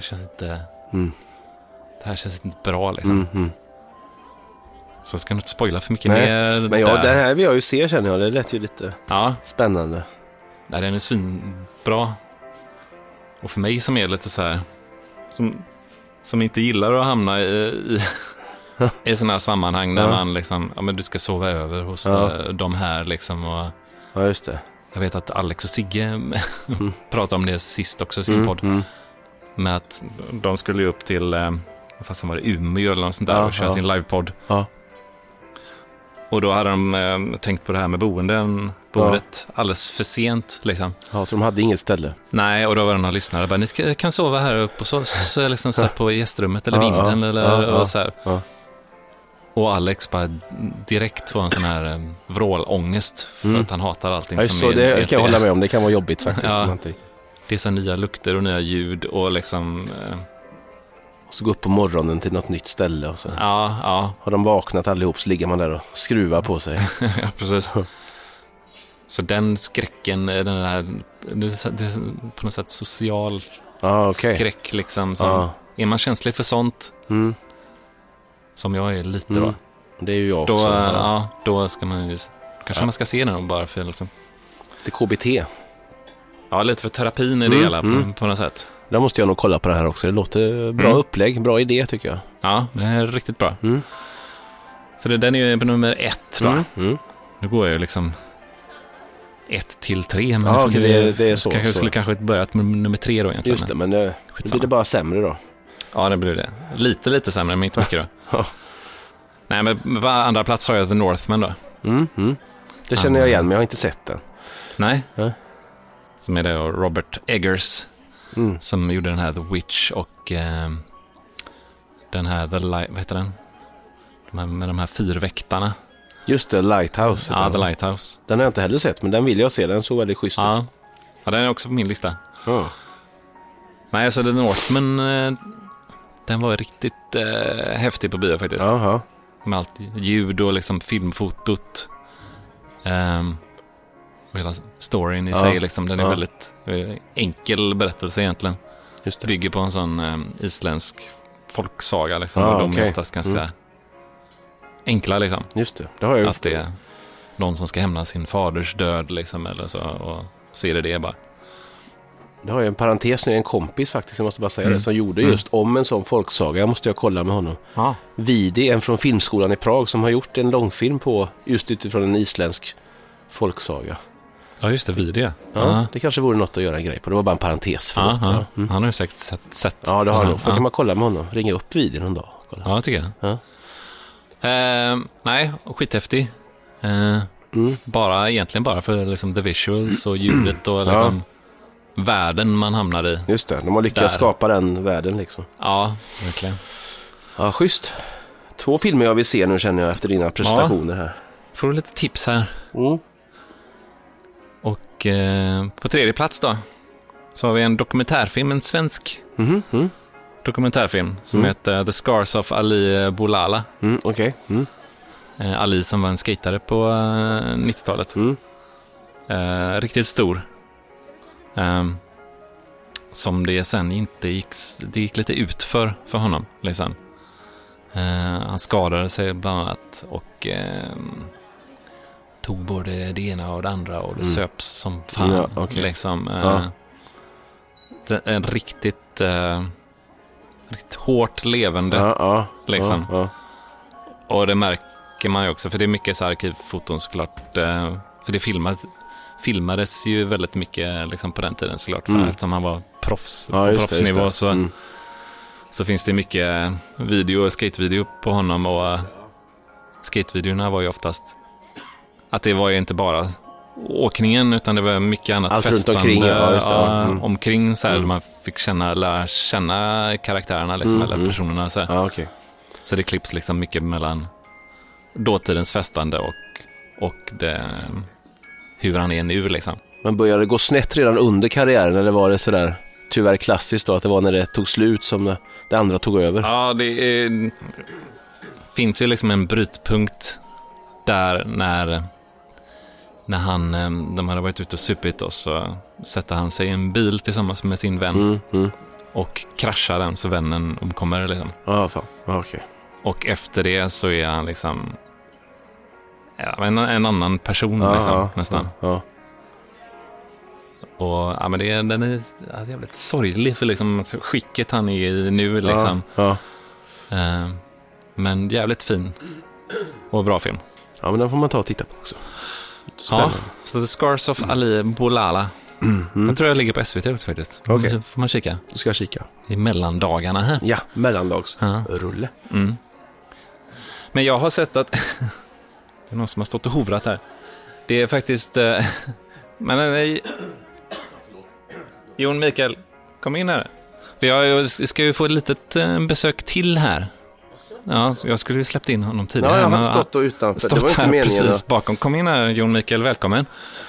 känns inte bra liksom. Så jag ska inte spoila för mycket mer. Men det här vill jag ju se, känner jag. Det lät ju lite spännande. Nej, den är svinbra. Och för mig som är lite så här som inte gillar att hamna i sådana här sammanhang där man liksom, men du ska sova över hos de här liksom. Och ja, just det. Jag vet att Alex och Sigge pratade om det sist också i sin podd. Med att de skulle ju upp till fast var det Umeå eller något sånt där och köra sin livepodd. Och då hade de tänkt på det här med boendet alldeles för sent liksom. Ja, så de hade inget ställe. Nej, och då var det några lyssnare bara, ni kan sova här uppe och så liksom så på gästrummet eller vinden eller och så här. Och Alex bara direkt får en sån här vrålångest för att han hatar allting som så är... Det kan jag hålla med om, det kan vara jobbigt faktiskt. Det är så nya lukter och nya ljud och liksom... Och så gå upp på morgonen till något nytt ställe och så. Ja. Har de vaknat allihop så ligger man där och skruvar på sig. Ja, precis. Så den skräcken, det är på något sätt social skräck liksom. Som, är man känslig för sånt, som jag är lite då. Det är ju jag också. Då ska man ju... Kanske man ska se den bara för liksom. Det är KBT. Ja, lite för terapin i det hela på något sätt. Då måste jag nog kolla på det här också. Det låter bra upplägg, bra idé tycker jag. Ja, det är riktigt bra. Så den är ju på nummer 1 då. Nu går jag ju liksom 1-3. Men Ja, okej, det är så. Kanske så. skulle kanske börjat med nummer 3 då egentligen. Just det, men nu blir det bara sämre då. Ja, det blir det. Lite sämre, men inte mycket då. Ja. Nej, men på andra plats har jag The Northman då. Det känner jag igen, men jag har inte sett den. Nej. Ja. Som är det Robert Eggers som gjorde den här The Witch och den här vad heter den? Med de här 4 väktarna. Just det, Lighthouse. Ja, The Lighthouse. Den har jag inte heller sett, men den vill jag se. Den såg väldigt schysst ut. Ja, den är också på min lista. Ja. Nej, alltså The Northman, den var riktigt häftig på bio faktiskt. Jaha. Med allt ljud och liksom filmfotot. Och hela storyn i sig liksom, den är väldigt enkel berättelse egentligen. Just det. Bygger på en sån isländsk folksaga liksom, och de är oftast ganska enkla liksom. Just det. Det har jag ju. Att det är någon som ska hämna sin faders död liksom, eller så, och så är det bara. Det har jag en parentes nu, en kompis faktiskt, jag måste bara säga det, som gjorde just om en sån folksaga. Jag måste kolla med honom. Vidi, en från filmskolan i Prag, som har gjort en långfilm på just utifrån en isländsk folksaga. Ja, just det, Vidi. Ja, det kanske vore något att göra en grej på. Det var bara en parentes. Han har ju säkert sett. Ja, det har han nog. Då kan man kolla med honom. Ringa upp Vidi någon dag. Kolla. Ja, tycker jag. Ja. Nej, skithäftig. Egentligen bara för liksom the visuals och ljudet och liksom världen man hamnar i. Just det, de har lyckats skapa den världen liksom. Ja, verkligen. Ja, schysst. 2 filmer jag vill se nu, känner jag, efter dina presentationer här. Får du lite tips här. Och på 3:e plats då så har vi en dokumentärfilm, en svensk dokumentärfilm som heter The Scars of Ali Boulala. Okej. Ali som var en skatare på 90-talet. Riktigt stor. Som det sen inte gick lite ut för honom liksom. Han skadade sig bland annat och tog både det ena och det andra och det söps som fan liksom. En riktigt hårt levande liksom. Och det märker man ju också, för det är mycket så arkivfoton såklart, för det filmades ju väldigt mycket liksom på den tiden såklart, för eftersom han var proffs på proffsnivå så finns det mycket skatevideo på honom, och skatevideorna var ju oftast att det var ju inte bara åkningen, utan det var mycket annat allt festande runt omkring, omkring så här, man fick lära känna karaktärerna liksom, eller personerna så här. Så det klipps liksom mycket mellan dåtidens festande och det, hur han är nu liksom. Men började det gå snett redan under karriären, eller var det sådär tyvärr klassiskt då, att det var när det tog slut som det andra tog över? Ja, det finns ju liksom en brytpunkt där när de hade varit ute och supit, och så sätter han sig i en bil tillsammans med sin vän och kraschar den, så vännen omkommer liksom. Okej. Och efter det så är han liksom en annan person liksom, nästan. Och men den är jävligt sorglig för liksom skicket han är i nu liksom. Men jävligt fin och bra film. Ja, men den får man ta och titta på också. Spännande. Ja, så The Scars of Ali Boulala. Jag tror jag ligger på SVT också faktiskt. Okej. Får man kika. Du ska kika. I mellandagarna här. Ja, mellandagsrulle. Men jag har sett att det är någon som har stått och hovrat här. Det är faktiskt Jon Mikael, kom in här. För jag ska ju få ett litet besök till här. Ja, jag skulle ju släppt in honom tidigare. Ja, jag har stått då utanför. Det var inte här meningen. Precis bakom. Kom in här, Jon Mikael, välkommen.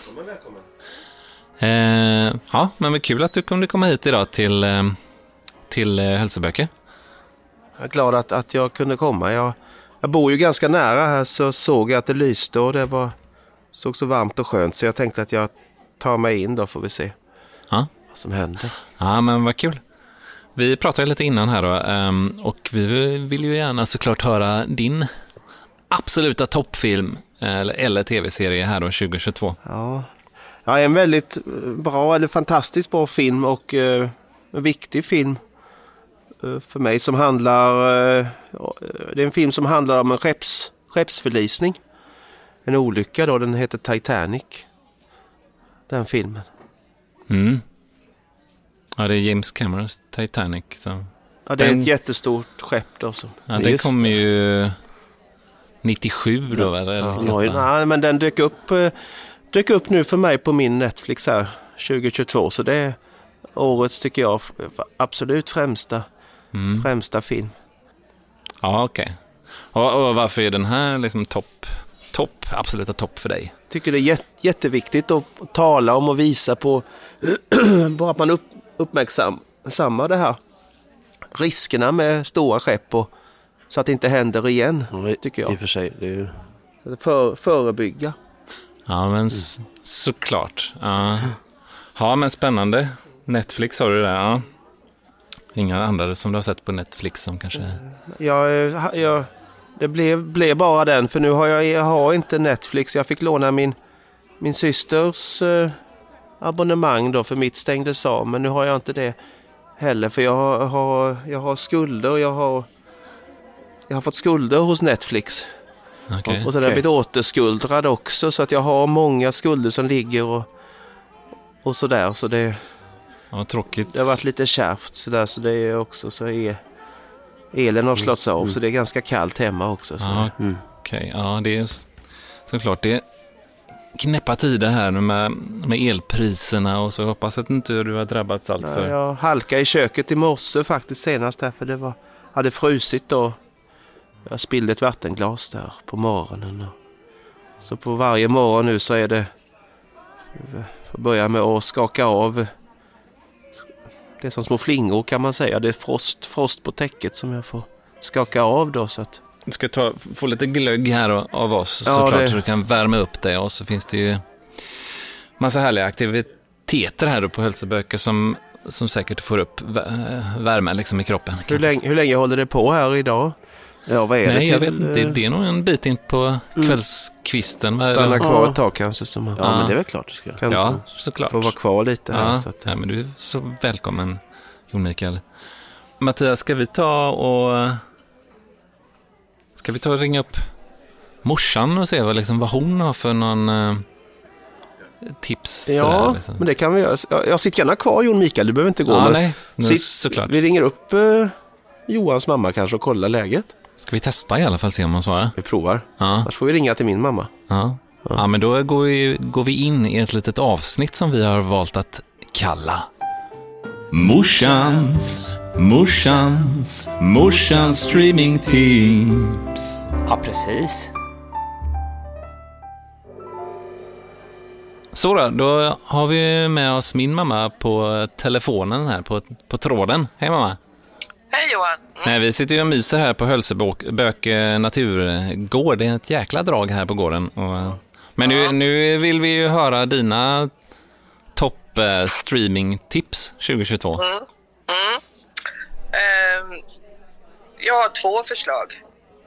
Ja, men kul att du kunde komma hit idag till Hälsoböke. Jag är glad att jag kunde komma. Jag bor ju ganska nära här, så såg jag att det lyste och det såg så varmt och skönt, så jag tänkte att jag tar mig in då, får vi se vad som händer. Ja, men vad kul. Vi pratade lite innan här då, och vi vill ju gärna såklart höra din absoluta toppfilm eller tv-serie här då 2022. Ja, en väldigt bra eller fantastiskt bra film, och en viktig film för mig som handlar, det är en film som handlar om en skeppsförlisning. En olycka då, den heter Titanic. den filmen. Mm. Ja, det är James Camerons Titanic. Så. Ja, det är ett jättestort skepp då. Den kom ju 97 då, eller 98. Nej, men den dök upp nu för mig på min Netflix här 2022. Så det är årets, tycker jag, absolut främsta film. Ja, okej. Och varför är den här liksom absoluta topp för dig? Jag tycker det är jätteviktigt att tala om och visa på bara att man uppmärksammar det här. Riskerna med stora skepp och så att det inte händer igen, tycker jag. I och för sig, det är ju... Förebygga. Ja, men såklart. Ja, men spännande. Netflix har du det, ja. Inga andra som du har sett på Netflix som kanske... Det blev bara den, för nu jag har inte Netflix. Jag fick låna min systers abonnemang då, för mitt stängdes av. Men nu har jag inte det heller, för jag har skulder. Jag har fått skulder hos Netflix. Okay. Och så har jag blivit återskuldrad också, så att jag har många skulder som ligger och sådär. Så det... Ja, tråkigt. Det har varit lite kärvt sådär, så det är också så elen har slått av, så det är ganska kallt hemma också. Så. Ja, okej. Ja, det är såklart det är knäppa tider här nu med elpriserna, och så hoppas att inte du har drabbats allt för. Jag halkade i köket i morse faktiskt senast där, för det hade frusit då. Jag spillde ett vattenglas där på morgonen. Så på varje morgon nu så är det, för börja med att skaka av. Det är som små flingor, kan man säga. Det är frost på täcket som jag får skaka av då. Så att... Du ska få lite glögg här av oss, såklart, så du kan värma upp det. Och så finns det ju massa härliga aktiviteter här då på Hölseböke som säkert får upp värme liksom i kroppen. Hur länge håller det på här idag? Ja, vad är det? Jag vet inte. Det är nog en bit in på kvällskvisten. Stanna kvar ett tag kanske. Men det är väl klart du ska. Ja, såklart. Få vara kvar lite här. Ja, så att... men du är så välkommen, Jon Mikael. Mattias, ska vi ta och ringa upp morsan och se vad hon har för någon tips? Ja, sådär, liksom. Men det kan vi göra. Jag sitter gärna kvar, Jon Mikael. Du behöver inte gå. Ja, men nej, såklart. Vi ringer upp Johans mamma kanske och kollar läget. Ska vi testa i alla fall, se om hon svarar? Vi provar. Ja. Annars får vi ringa till min mamma. Ja, men då går vi in i ett litet avsnitt som vi har valt att kalla Morsans streamingtips. Ja, precis. Så då har vi med oss min mamma på telefonen här, på tråden. Hej mamma. Hej Johan. Nej, vi sitter ju och myser här på Hölseböke naturgård. Det är ett jäkla drag här på gården. Men nu vill vi ju höra dina topp streamingtips 2022. Jag har 2 förslag.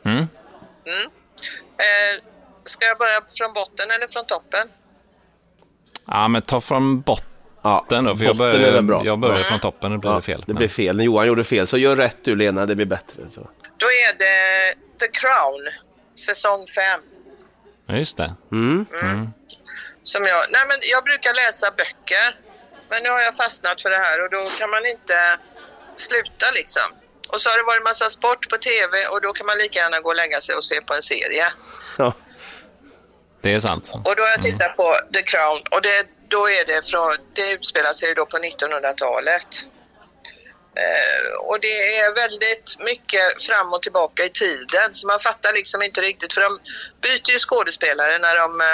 Ska jag börja från botten eller från toppen? Ja, men ta från botten då, för jag börjar från toppen, och det blir fel. Det blir fel, när Johan gjorde fel, så gör rätt du Lena, det blir bättre. Så. Då är det The Crown, säsong 5. Ja, just det. Som jag brukar läsa böcker, men nu har jag fastnat för det här och då kan man inte sluta liksom. Och så har det varit massa sport på tv och då kan man lika gärna gå och lägga sig och se på en serie. Ja. Det är sant. Och då har jag tittat på The Crown och det utspelar sig då på 1900-talet. Och det är väldigt mycket fram och tillbaka i tiden, så man fattar liksom inte riktigt, för de byter ju skådespelare när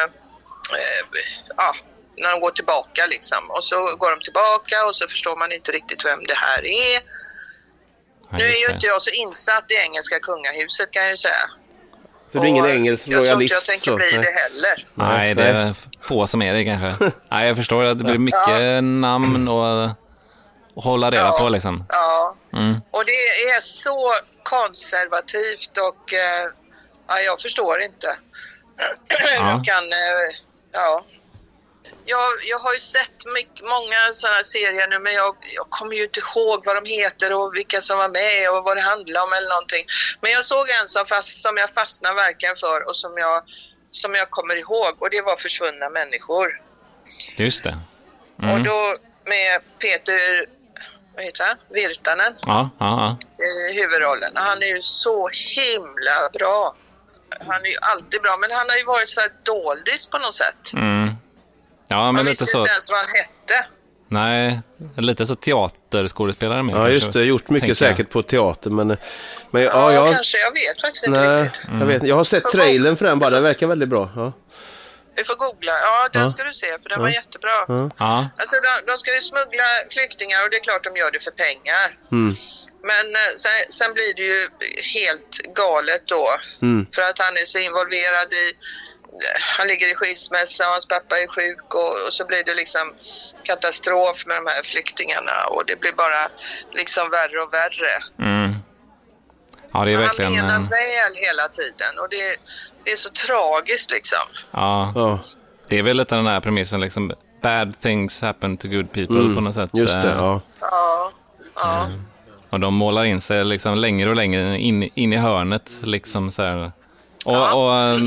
de går tillbaka liksom. Och så går de tillbaka och så förstår man inte riktigt vem det här är. Nu är ju inte jag så insatt i engelska kungahuset, kan jag ju säga. Så du är ingen engelsk royalist? Jag tror inte jag tänker bli det heller. Nej, det är få som är det kanske. Nej, jag förstår att det blir mycket namn och hålla reda på liksom. Ja, och det är så konservativt och jag förstår inte. Jag har ju sett många sådana serier nu, men jag kommer ju inte ihåg vad de heter och vilka som var med och vad det handlar om eller någonting. Men jag såg en som jag fastnade verkligen för och som jag kommer ihåg, och det var Försvunna människor. Just det. Och då med Peter, vad heter han? Virtanen Ja. i huvudrollen. Han är ju så himla bra. Han är ju alltid bra, men han har ju varit så här doldis på något sätt. Ja, men Man lite visste så. inte ens vad han hette. Nej, lite så teaterskådespelare med. Ja, just det. Gjort mycket säkert på teater, men Ja, kanske. Jag vet faktiskt inte riktigt. Jag har sett trailern för den bara. Den verkar väldigt bra. Ja. Vi får googla. Ja, den ska du se, för den var jättebra. Ja. Alltså, de ska ju smuggla flyktingar och det är klart de gör det för pengar. Men sen blir det ju helt galet då. För att han är så involverad i... Han ligger i skilsmässa och hans pappa är sjuk och så blir det liksom katastrof med de här flyktingarna och det blir bara liksom värre och värre. Ja, det är verkligen... Han menar väl hela tiden och det är så tragiskt liksom. Ja. Det är väl lite den här premissen liksom, bad things happen to good people på något sätt. Just det, ja. Och de målar in sig liksom längre och längre in i hörnet liksom så här. Och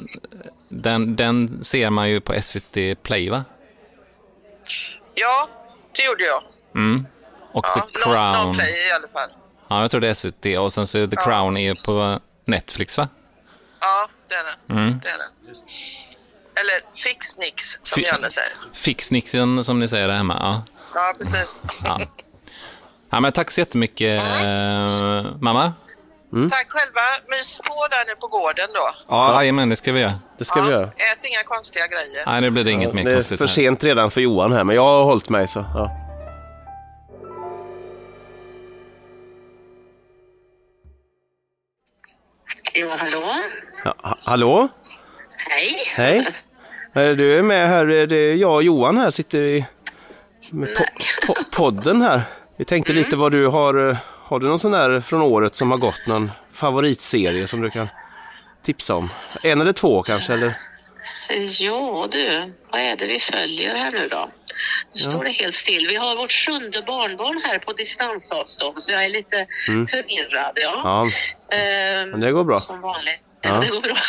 den ser man ju på SVT Play, va? Ja, det gjorde jag. Och The Crown. Någon Play i alla fall. Ja, jag tror det är SVT. Och sen så är The Crown är på Netflix, va? Ja, det är det. Det är det. Eller Fixnix, som Janne säger. Fixnixen, som ni säger där hemma, Ja, precis. Ja, men tack så jättemycket, mamma. Tack själva. Mys på där nu på gården då. Ja, men det ska vi göra. Det ska vi göra. Ät inga konstiga grejer. Nej, det blir det inget mer det är konstigt för här. sent redan för Johan här, men jag har hållit mig så. Ja. Ja, hallå? Hallå? Hej. Hej. Du är med här. Det är jag och Johan här sitter i med podden här. Vi tänkte lite vad du har. Har du någon sån där från året som har gått, någon favoritserie som du kan tipsa om? En eller två kanske, eller? Ja du, vad är det vi följer här nu då? Nu står det helt still. Vi har vårt 7:e barnbarn här på distansavstånd, så jag är lite förvirrad. Ja. Men det går bra. Som vanligt. Ja, det går bra.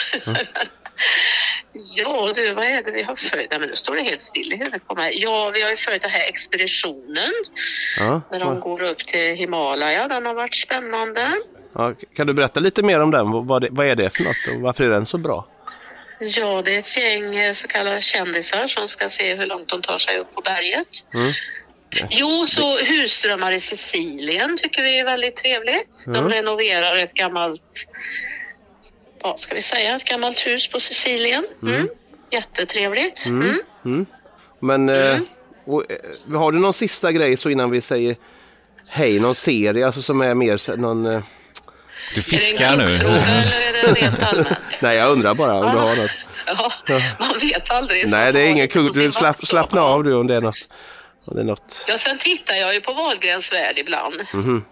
Ja du, vad är det vi har följt? Nej, men nu står det helt still i huvudet på mig. Ja, vi har ju följt den här expeditionen. När de går upp till Himalaya. Den har varit spännande. Ja, kan du berätta lite mer om den? Vad är det för något och varför är den så bra? Ja, det är ett gäng så kallade kändisar som ska se hur långt de tar sig upp på berget. Jo, så husdrömmar i Sicilien tycker vi är väldigt trevligt. De renoverar ett gammalt, ska vi säga, ett gammalt hus på Sicilien. Jättetrevligt. Men har du någon sista grej så innan vi säger hej, någon serie alltså som är mer någon... Du fiskar nu. Eller är det rent allmänt? Nej, jag undrar bara om du har något. Ja, man vet aldrig. Nej, det är ingen kul. Du slappna av du om det är något. Om det är något. Ja, sen tittar jag ju på Wahlgrens värld ibland.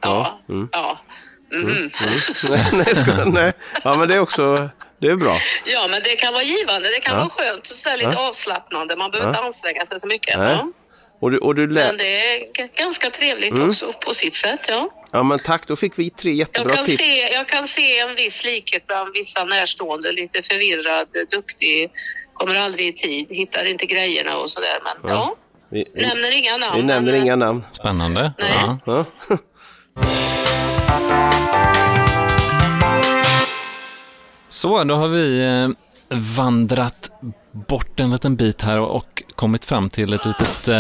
Nej. Ja, men det är också... Det är bra. Ja, men det kan vara givande. Det kan vara skönt. Så lite avslappnande. Man behöver inte anstränga sig så mycket. Men det är ganska trevligt också på sitt sätt, Ja, men tack. Då fick vi 3 jättebra tips. Jag kan se en viss likhet bland vissa närstående. Lite förvirrad, duktig, kommer aldrig i tid, hittar inte grejerna och sådär. Men vi nämner inga namn. Vi nämner inga namn. Spännande. Nej. Ja. Så, då har vi vandrat bort en liten bit här och kommit fram till ett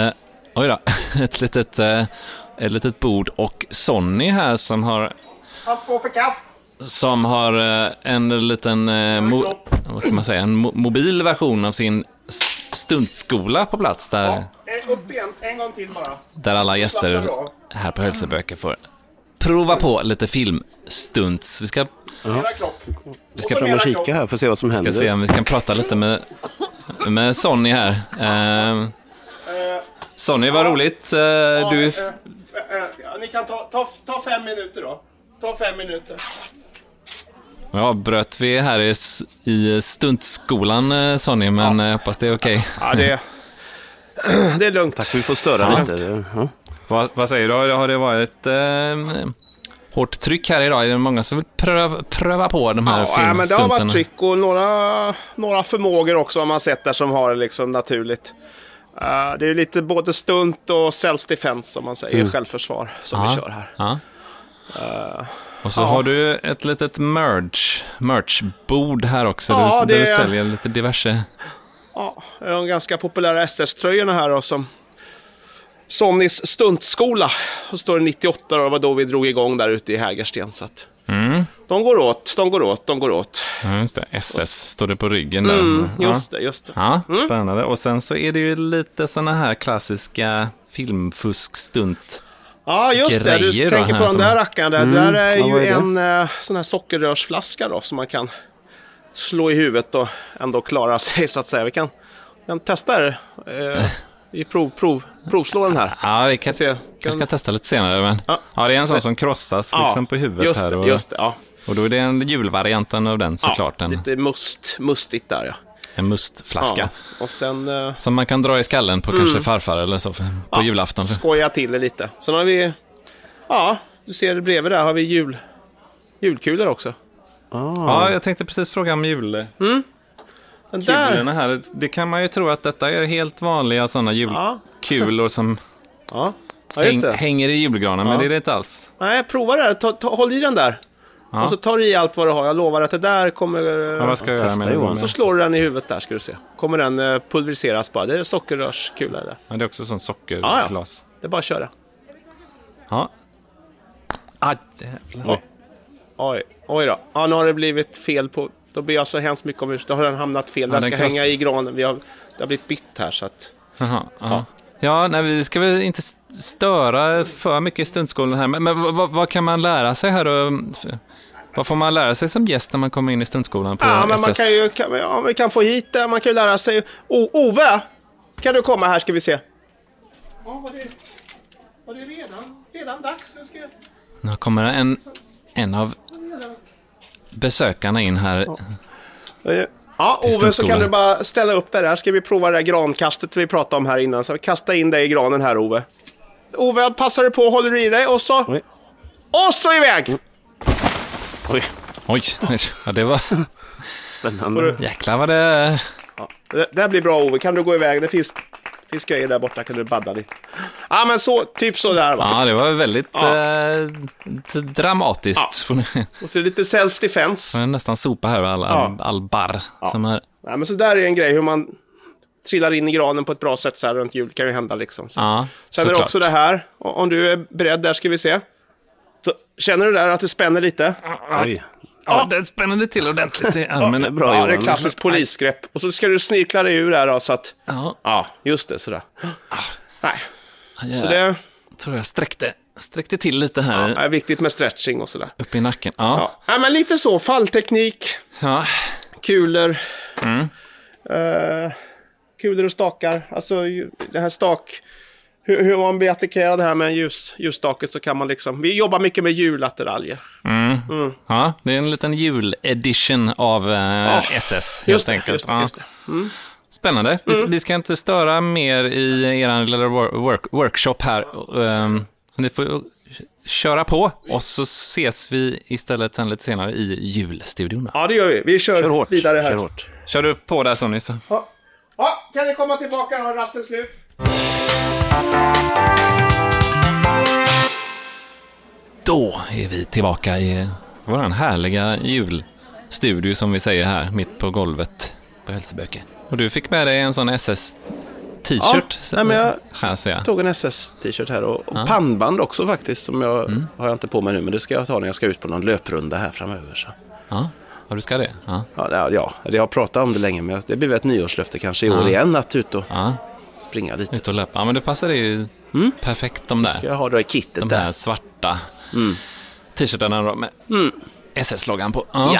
litet ett litet bord, och Sonny här som har en liten vad ska man säga, en mobil version av sin stuntskola på plats där. Upp igen, en gång till bara. Där alla gäster här på Hälseböke får prova på lite filmstunts. Vi ska fram och kika här för att se vad som händer. Ska se om vi kan prata lite med Sonny här. Sonny, vad roligt. Ni kan ta 5 minuter då. Ta 5 minuter. Ja, bröt vi här i stuntskolan, Sonny, men jag hoppas det är okej. Ja, det är lugnt. Tack, vi får störa lite. Vad säger du? Har det varit hårt tryck här idag? Är det många som vill pröva på de här filmstunterna? Ja, men det har varit tryck och några förmågor också har man sett där som har liksom naturligt Det är lite både stunt och self-defense som man säger, självförsvar som vi kör här. Ja. Och så har du ett litet merch-bord här också. Där du säljer lite diverse. Ja, de ganska populära SS-tröjorna här då, som Sonnys stuntskola. Och står det 98 och var då vi drog igång där ute i Hägersten. Så att de går åt. Ja, just det. SS står det på ryggen där. Just det. Ja, spännande. Och sen så är det ju lite såna här klassiska filmfusk-stunt. Ja, just det. Du grejer tänker då, på här den där rackaren där. Där är ju vad är det? en sån här sockerrörsflaska då, som man kan slå i huvudet och ändå klara sig, så att säga. Vi kan testa det. Vi provslå den här. Ja, vi kanske kan testa lite senare. Men det är en sån som krossas liksom på huvudet här. Just det, ja. Och då är det en julvarianten av den såklart. Ja, lite mustigt där, ja. En mustflaska. Ja. Och sen... som man kan dra i skallen på kanske farfar eller så på julafton. Skoja till det lite. Sen har vi... Ja, du ser bredvid där har vi julkulor också. Ja, jag tänkte precis fråga om julkulorna här. Det kan man ju tro att detta är helt vanliga sådana julkulor som hänger i julgranen, men det är det inte alls. Nej, prova det här. Håll i den där. Och så tar du i allt vad du har. Jag lovar att det där kommer... vad ska jag göra med den? Så slår du den i huvudet där, ska du se. Kommer den pulveriseras bara. Det är sockerrörskula där. Ja, det är också sån sockerglas. Det är bara att köra. Ja. Jävlar. Oj då. Ja, nu har det blivit fel på... Då blir jag så hemskt mycket om då har den hamnat fel. Den ska hänga i granen. Det har blivit bitt här, så att... Ja, nej, vi ska väl inte störa för mycket i stuntskolan här. Men vad kan man lära sig här då? Vad får man lära sig som gäst när man kommer in i stuntskolan på men SS? vi kan få hit det. Man kan ju lära sig... Ove, kan du komma här, ska vi se. Ja, var det redan dags? Nu kommer en av besökarna in här. Ja, Ove, så kan du bara ställa upp där. Ska vi prova det där grankastet vi pratade om här innan. Så vi kastar in dig i granen här, Ove. Ove, passar du på, håller du i dig och så... Oj. Och så iväg! Oj, ja, det var... Spännande. Jäklar vad det... Ja, det här blir bra, Ove. Kan du gå iväg? Det finns grejer där borta, kan du badda lite. Ja, men så, typ så där, va? Ja, det var väldigt dramatiskt. Och så är det lite self-defense. Jag nästan sopa här all barr. Som här. Ja, men så där är en grej, hur man trillar in i granen på ett bra sätt så här runt jul kan ju hända liksom. Så. Sen är det också det här, om du är beredd där ska vi se. Så känner du där att det spänner lite? Oj. Ja, det spänner till ordentligt i armen. Ja, bra, det är klassiskt polisgrepp. Och så ska du snirkla dig ur där då, så att... Ja, just det, sådär. Nej. Så det... Tror jag sträckte till lite här. Ja, det är viktigt med stretching och sådär. Upp i nacken. Ja, men lite så. Fallteknik. Ja. Kulor. Kulor och stakar. Alltså, det här hur man blir attackerad här med en ljusstake, så kan man liksom... Vi jobbar mycket med julattiraljer. Ja, det är en liten juledition av SS, helt enkelt. Just det. Spännande. Vi ska inte störa mer i er lilla workshop här. Så ni får köra på. Och så ses vi istället sen lite senare i julstudion. Ja, det gör vi. Vi kör hårt, vidare här. Kör hårt. Kör du på där, Sonny? Så. Ja, kan ni komma tillbaka? Har rasten slut? Då är vi tillbaka i vår härliga julstudio som vi säger här, mitt på golvet på Hälseböke. Och du fick med dig en sån SS-t-shirt. Ja, men jag här tog en SS-t-shirt här och pannband också faktiskt, som har jag inte på mig nu, men det ska jag ta när jag ska ut på någon löprunda här framöver. Så. Ja, du ska det? Ja, jag har pratat om det länge, men det blir väl ett nyårslöfte kanske i år igen att ut och springa lite. Ut och löpa. Ja, men det passar ju perfekt de där. Ska jag ha det i kittet de här svarta t-shirtarna då med SS-loggan på. Ja.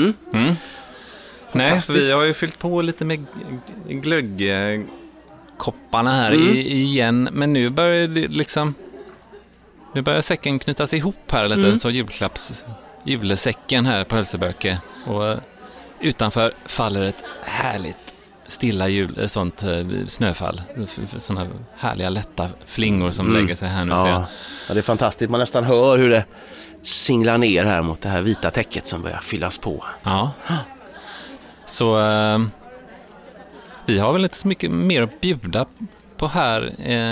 Nej, vi har ju fyllt på lite med glöggkopparna här igen, men nu börjar det liksom... Nu börjar säcken knytas ihop här lite, så julsäcken här på Hälseböke. Och utanför faller ett härligt stilla sånt snöfall. Såna härliga lätta flingor som lägger sig här nu. Ja, det är fantastiskt. Man nästan hör hur det singlar ner här mot det här vita täcket som börjar fyllas på. Ja. Så vi har väl inte så mycket mer att bjuda på här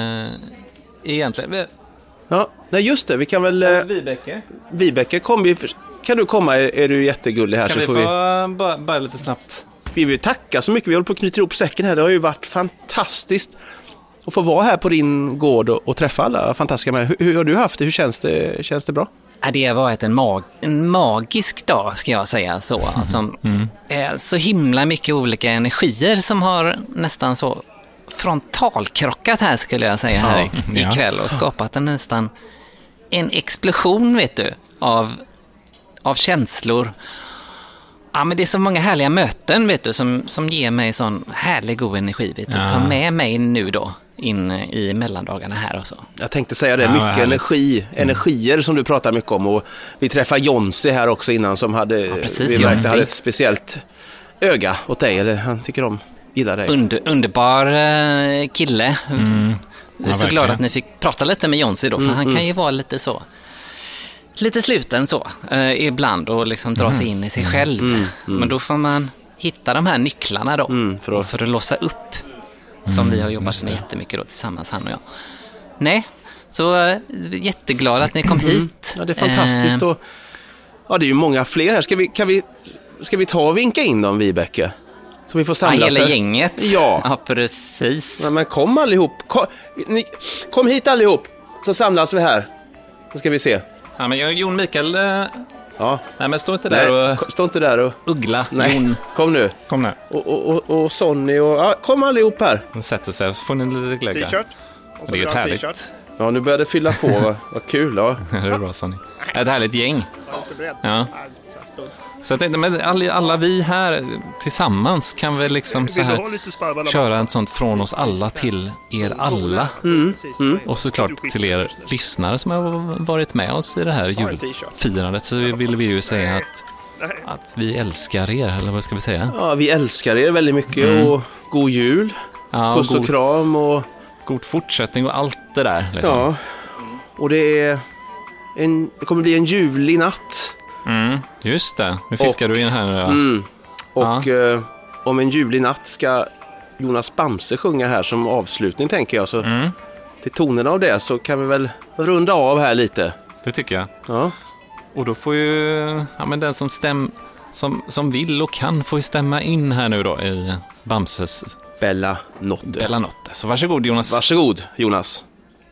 egentligen? Ja, nej just det, vi kan väl... Vibeke, kan du komma? Är du jättegullig här? Kan så vi får få bara lite snabbt? Vi vill tacka så mycket. Vi håller på att knyta ihop säcken här. Det har ju varit fantastiskt att få vara här på din gård och träffa alla fantastiska människor. Hur har du haft det? Hur känns det bra? Det har varit en magisk dag, ska jag säga. Så himla mycket olika energier som har nästan så frontalkrockat här, skulle jag säga, här ikväll, och skapat nästan en explosion, vet du, av känslor. Ja, men det är så många härliga möten, vet du, som ger mig sån härlig god energi, vet du. Ta med mig nu då in i mellandagarna här och så. Jag tänkte säga det, mycket energier som du pratar mycket om, och vi träffade Jonsi här också innan som hade, vi märkte hade ett speciellt öga åt dig, eller han gillar dig. Underbar kille. Jag är så glad att ni fick prata lite med Jonsi då, för han kan ju vara lite sluten så ibland och liksom dra sig in i sig själv. Men då får man hitta de här nycklarna då för att låsa upp, som vi har jobbat med jättemycket då tillsammans, han och jag. Nej, så jätteglad att ni kom hit. Ja, det är fantastiskt. Och, det är ju många fler här. Ska vi ta och vinka in dem, Vibeke? Så vi får samlas hela här. gänget. Ja, Precis. Men kom allihop. Kom hit allihop, så samlas vi här. Så ska vi se. Ja, men Jon Mikael... Ja. Nej, men stå inte där och uggla. Nej. Jon. Kom nu. Och Sonny och... Ja, kom allihop här. De sätter sig, så får ni lite glögga. T-shirt. Det är ju härligt. Ja, nu börjar det fylla på. Vad kul, ja. Det är bra, Sonny. Ett härligt gäng. Jag är inte beredd. Ja. Så jag tänkte, men alla vi här tillsammans kan väl liksom så här köra en sånt från oss alla till er alla. Och såklart till er lyssnare som har varit med oss i det här julfirandet, så vill vi ju säga att vi älskar er, eller vad ska vi säga? Ja, vi älskar er väldigt mycket och god jul, puss och kram och god fortsättning och allt det där liksom. Ja, och det kommer bli en ljuvlig natt. Just det, nu fiskar du in här nu. Och om en ljuvlig natt ska Jonas Bamse sjunga här som avslutning, tänker jag. Så till tonerna av det så kan vi väl runda av här lite. Det tycker jag. Ja. Och då får ju men den som vill och kan får ju stämma in här nu då i Bamses Bella Notte. Så varsågod, Jonas. Varsågod, Jonas.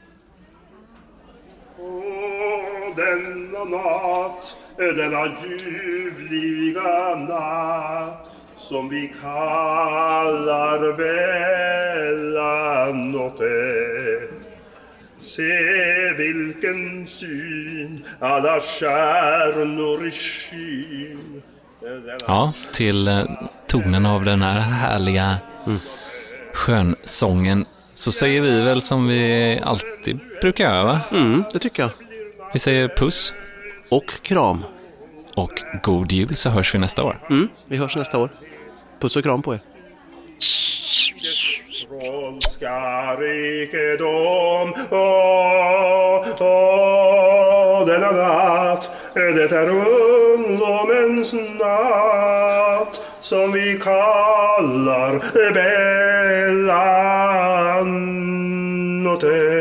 Denna natt, denna ljuvliga natt, som vi kallar Bella Notte. Se vilken syn, alla stjärnor i skyn. Ja, till tonen av den här härliga skönsången så säger vi väl som vi alltid brukar göra, va? Det tycker jag. Vi säger puss och kram och god jul, så hörs vi nästa år. Vi hörs nästa år. Puss och kram på er. Trollska rikedom, denna natt, det är ungdomens natt, som vi kallar Bella Notte.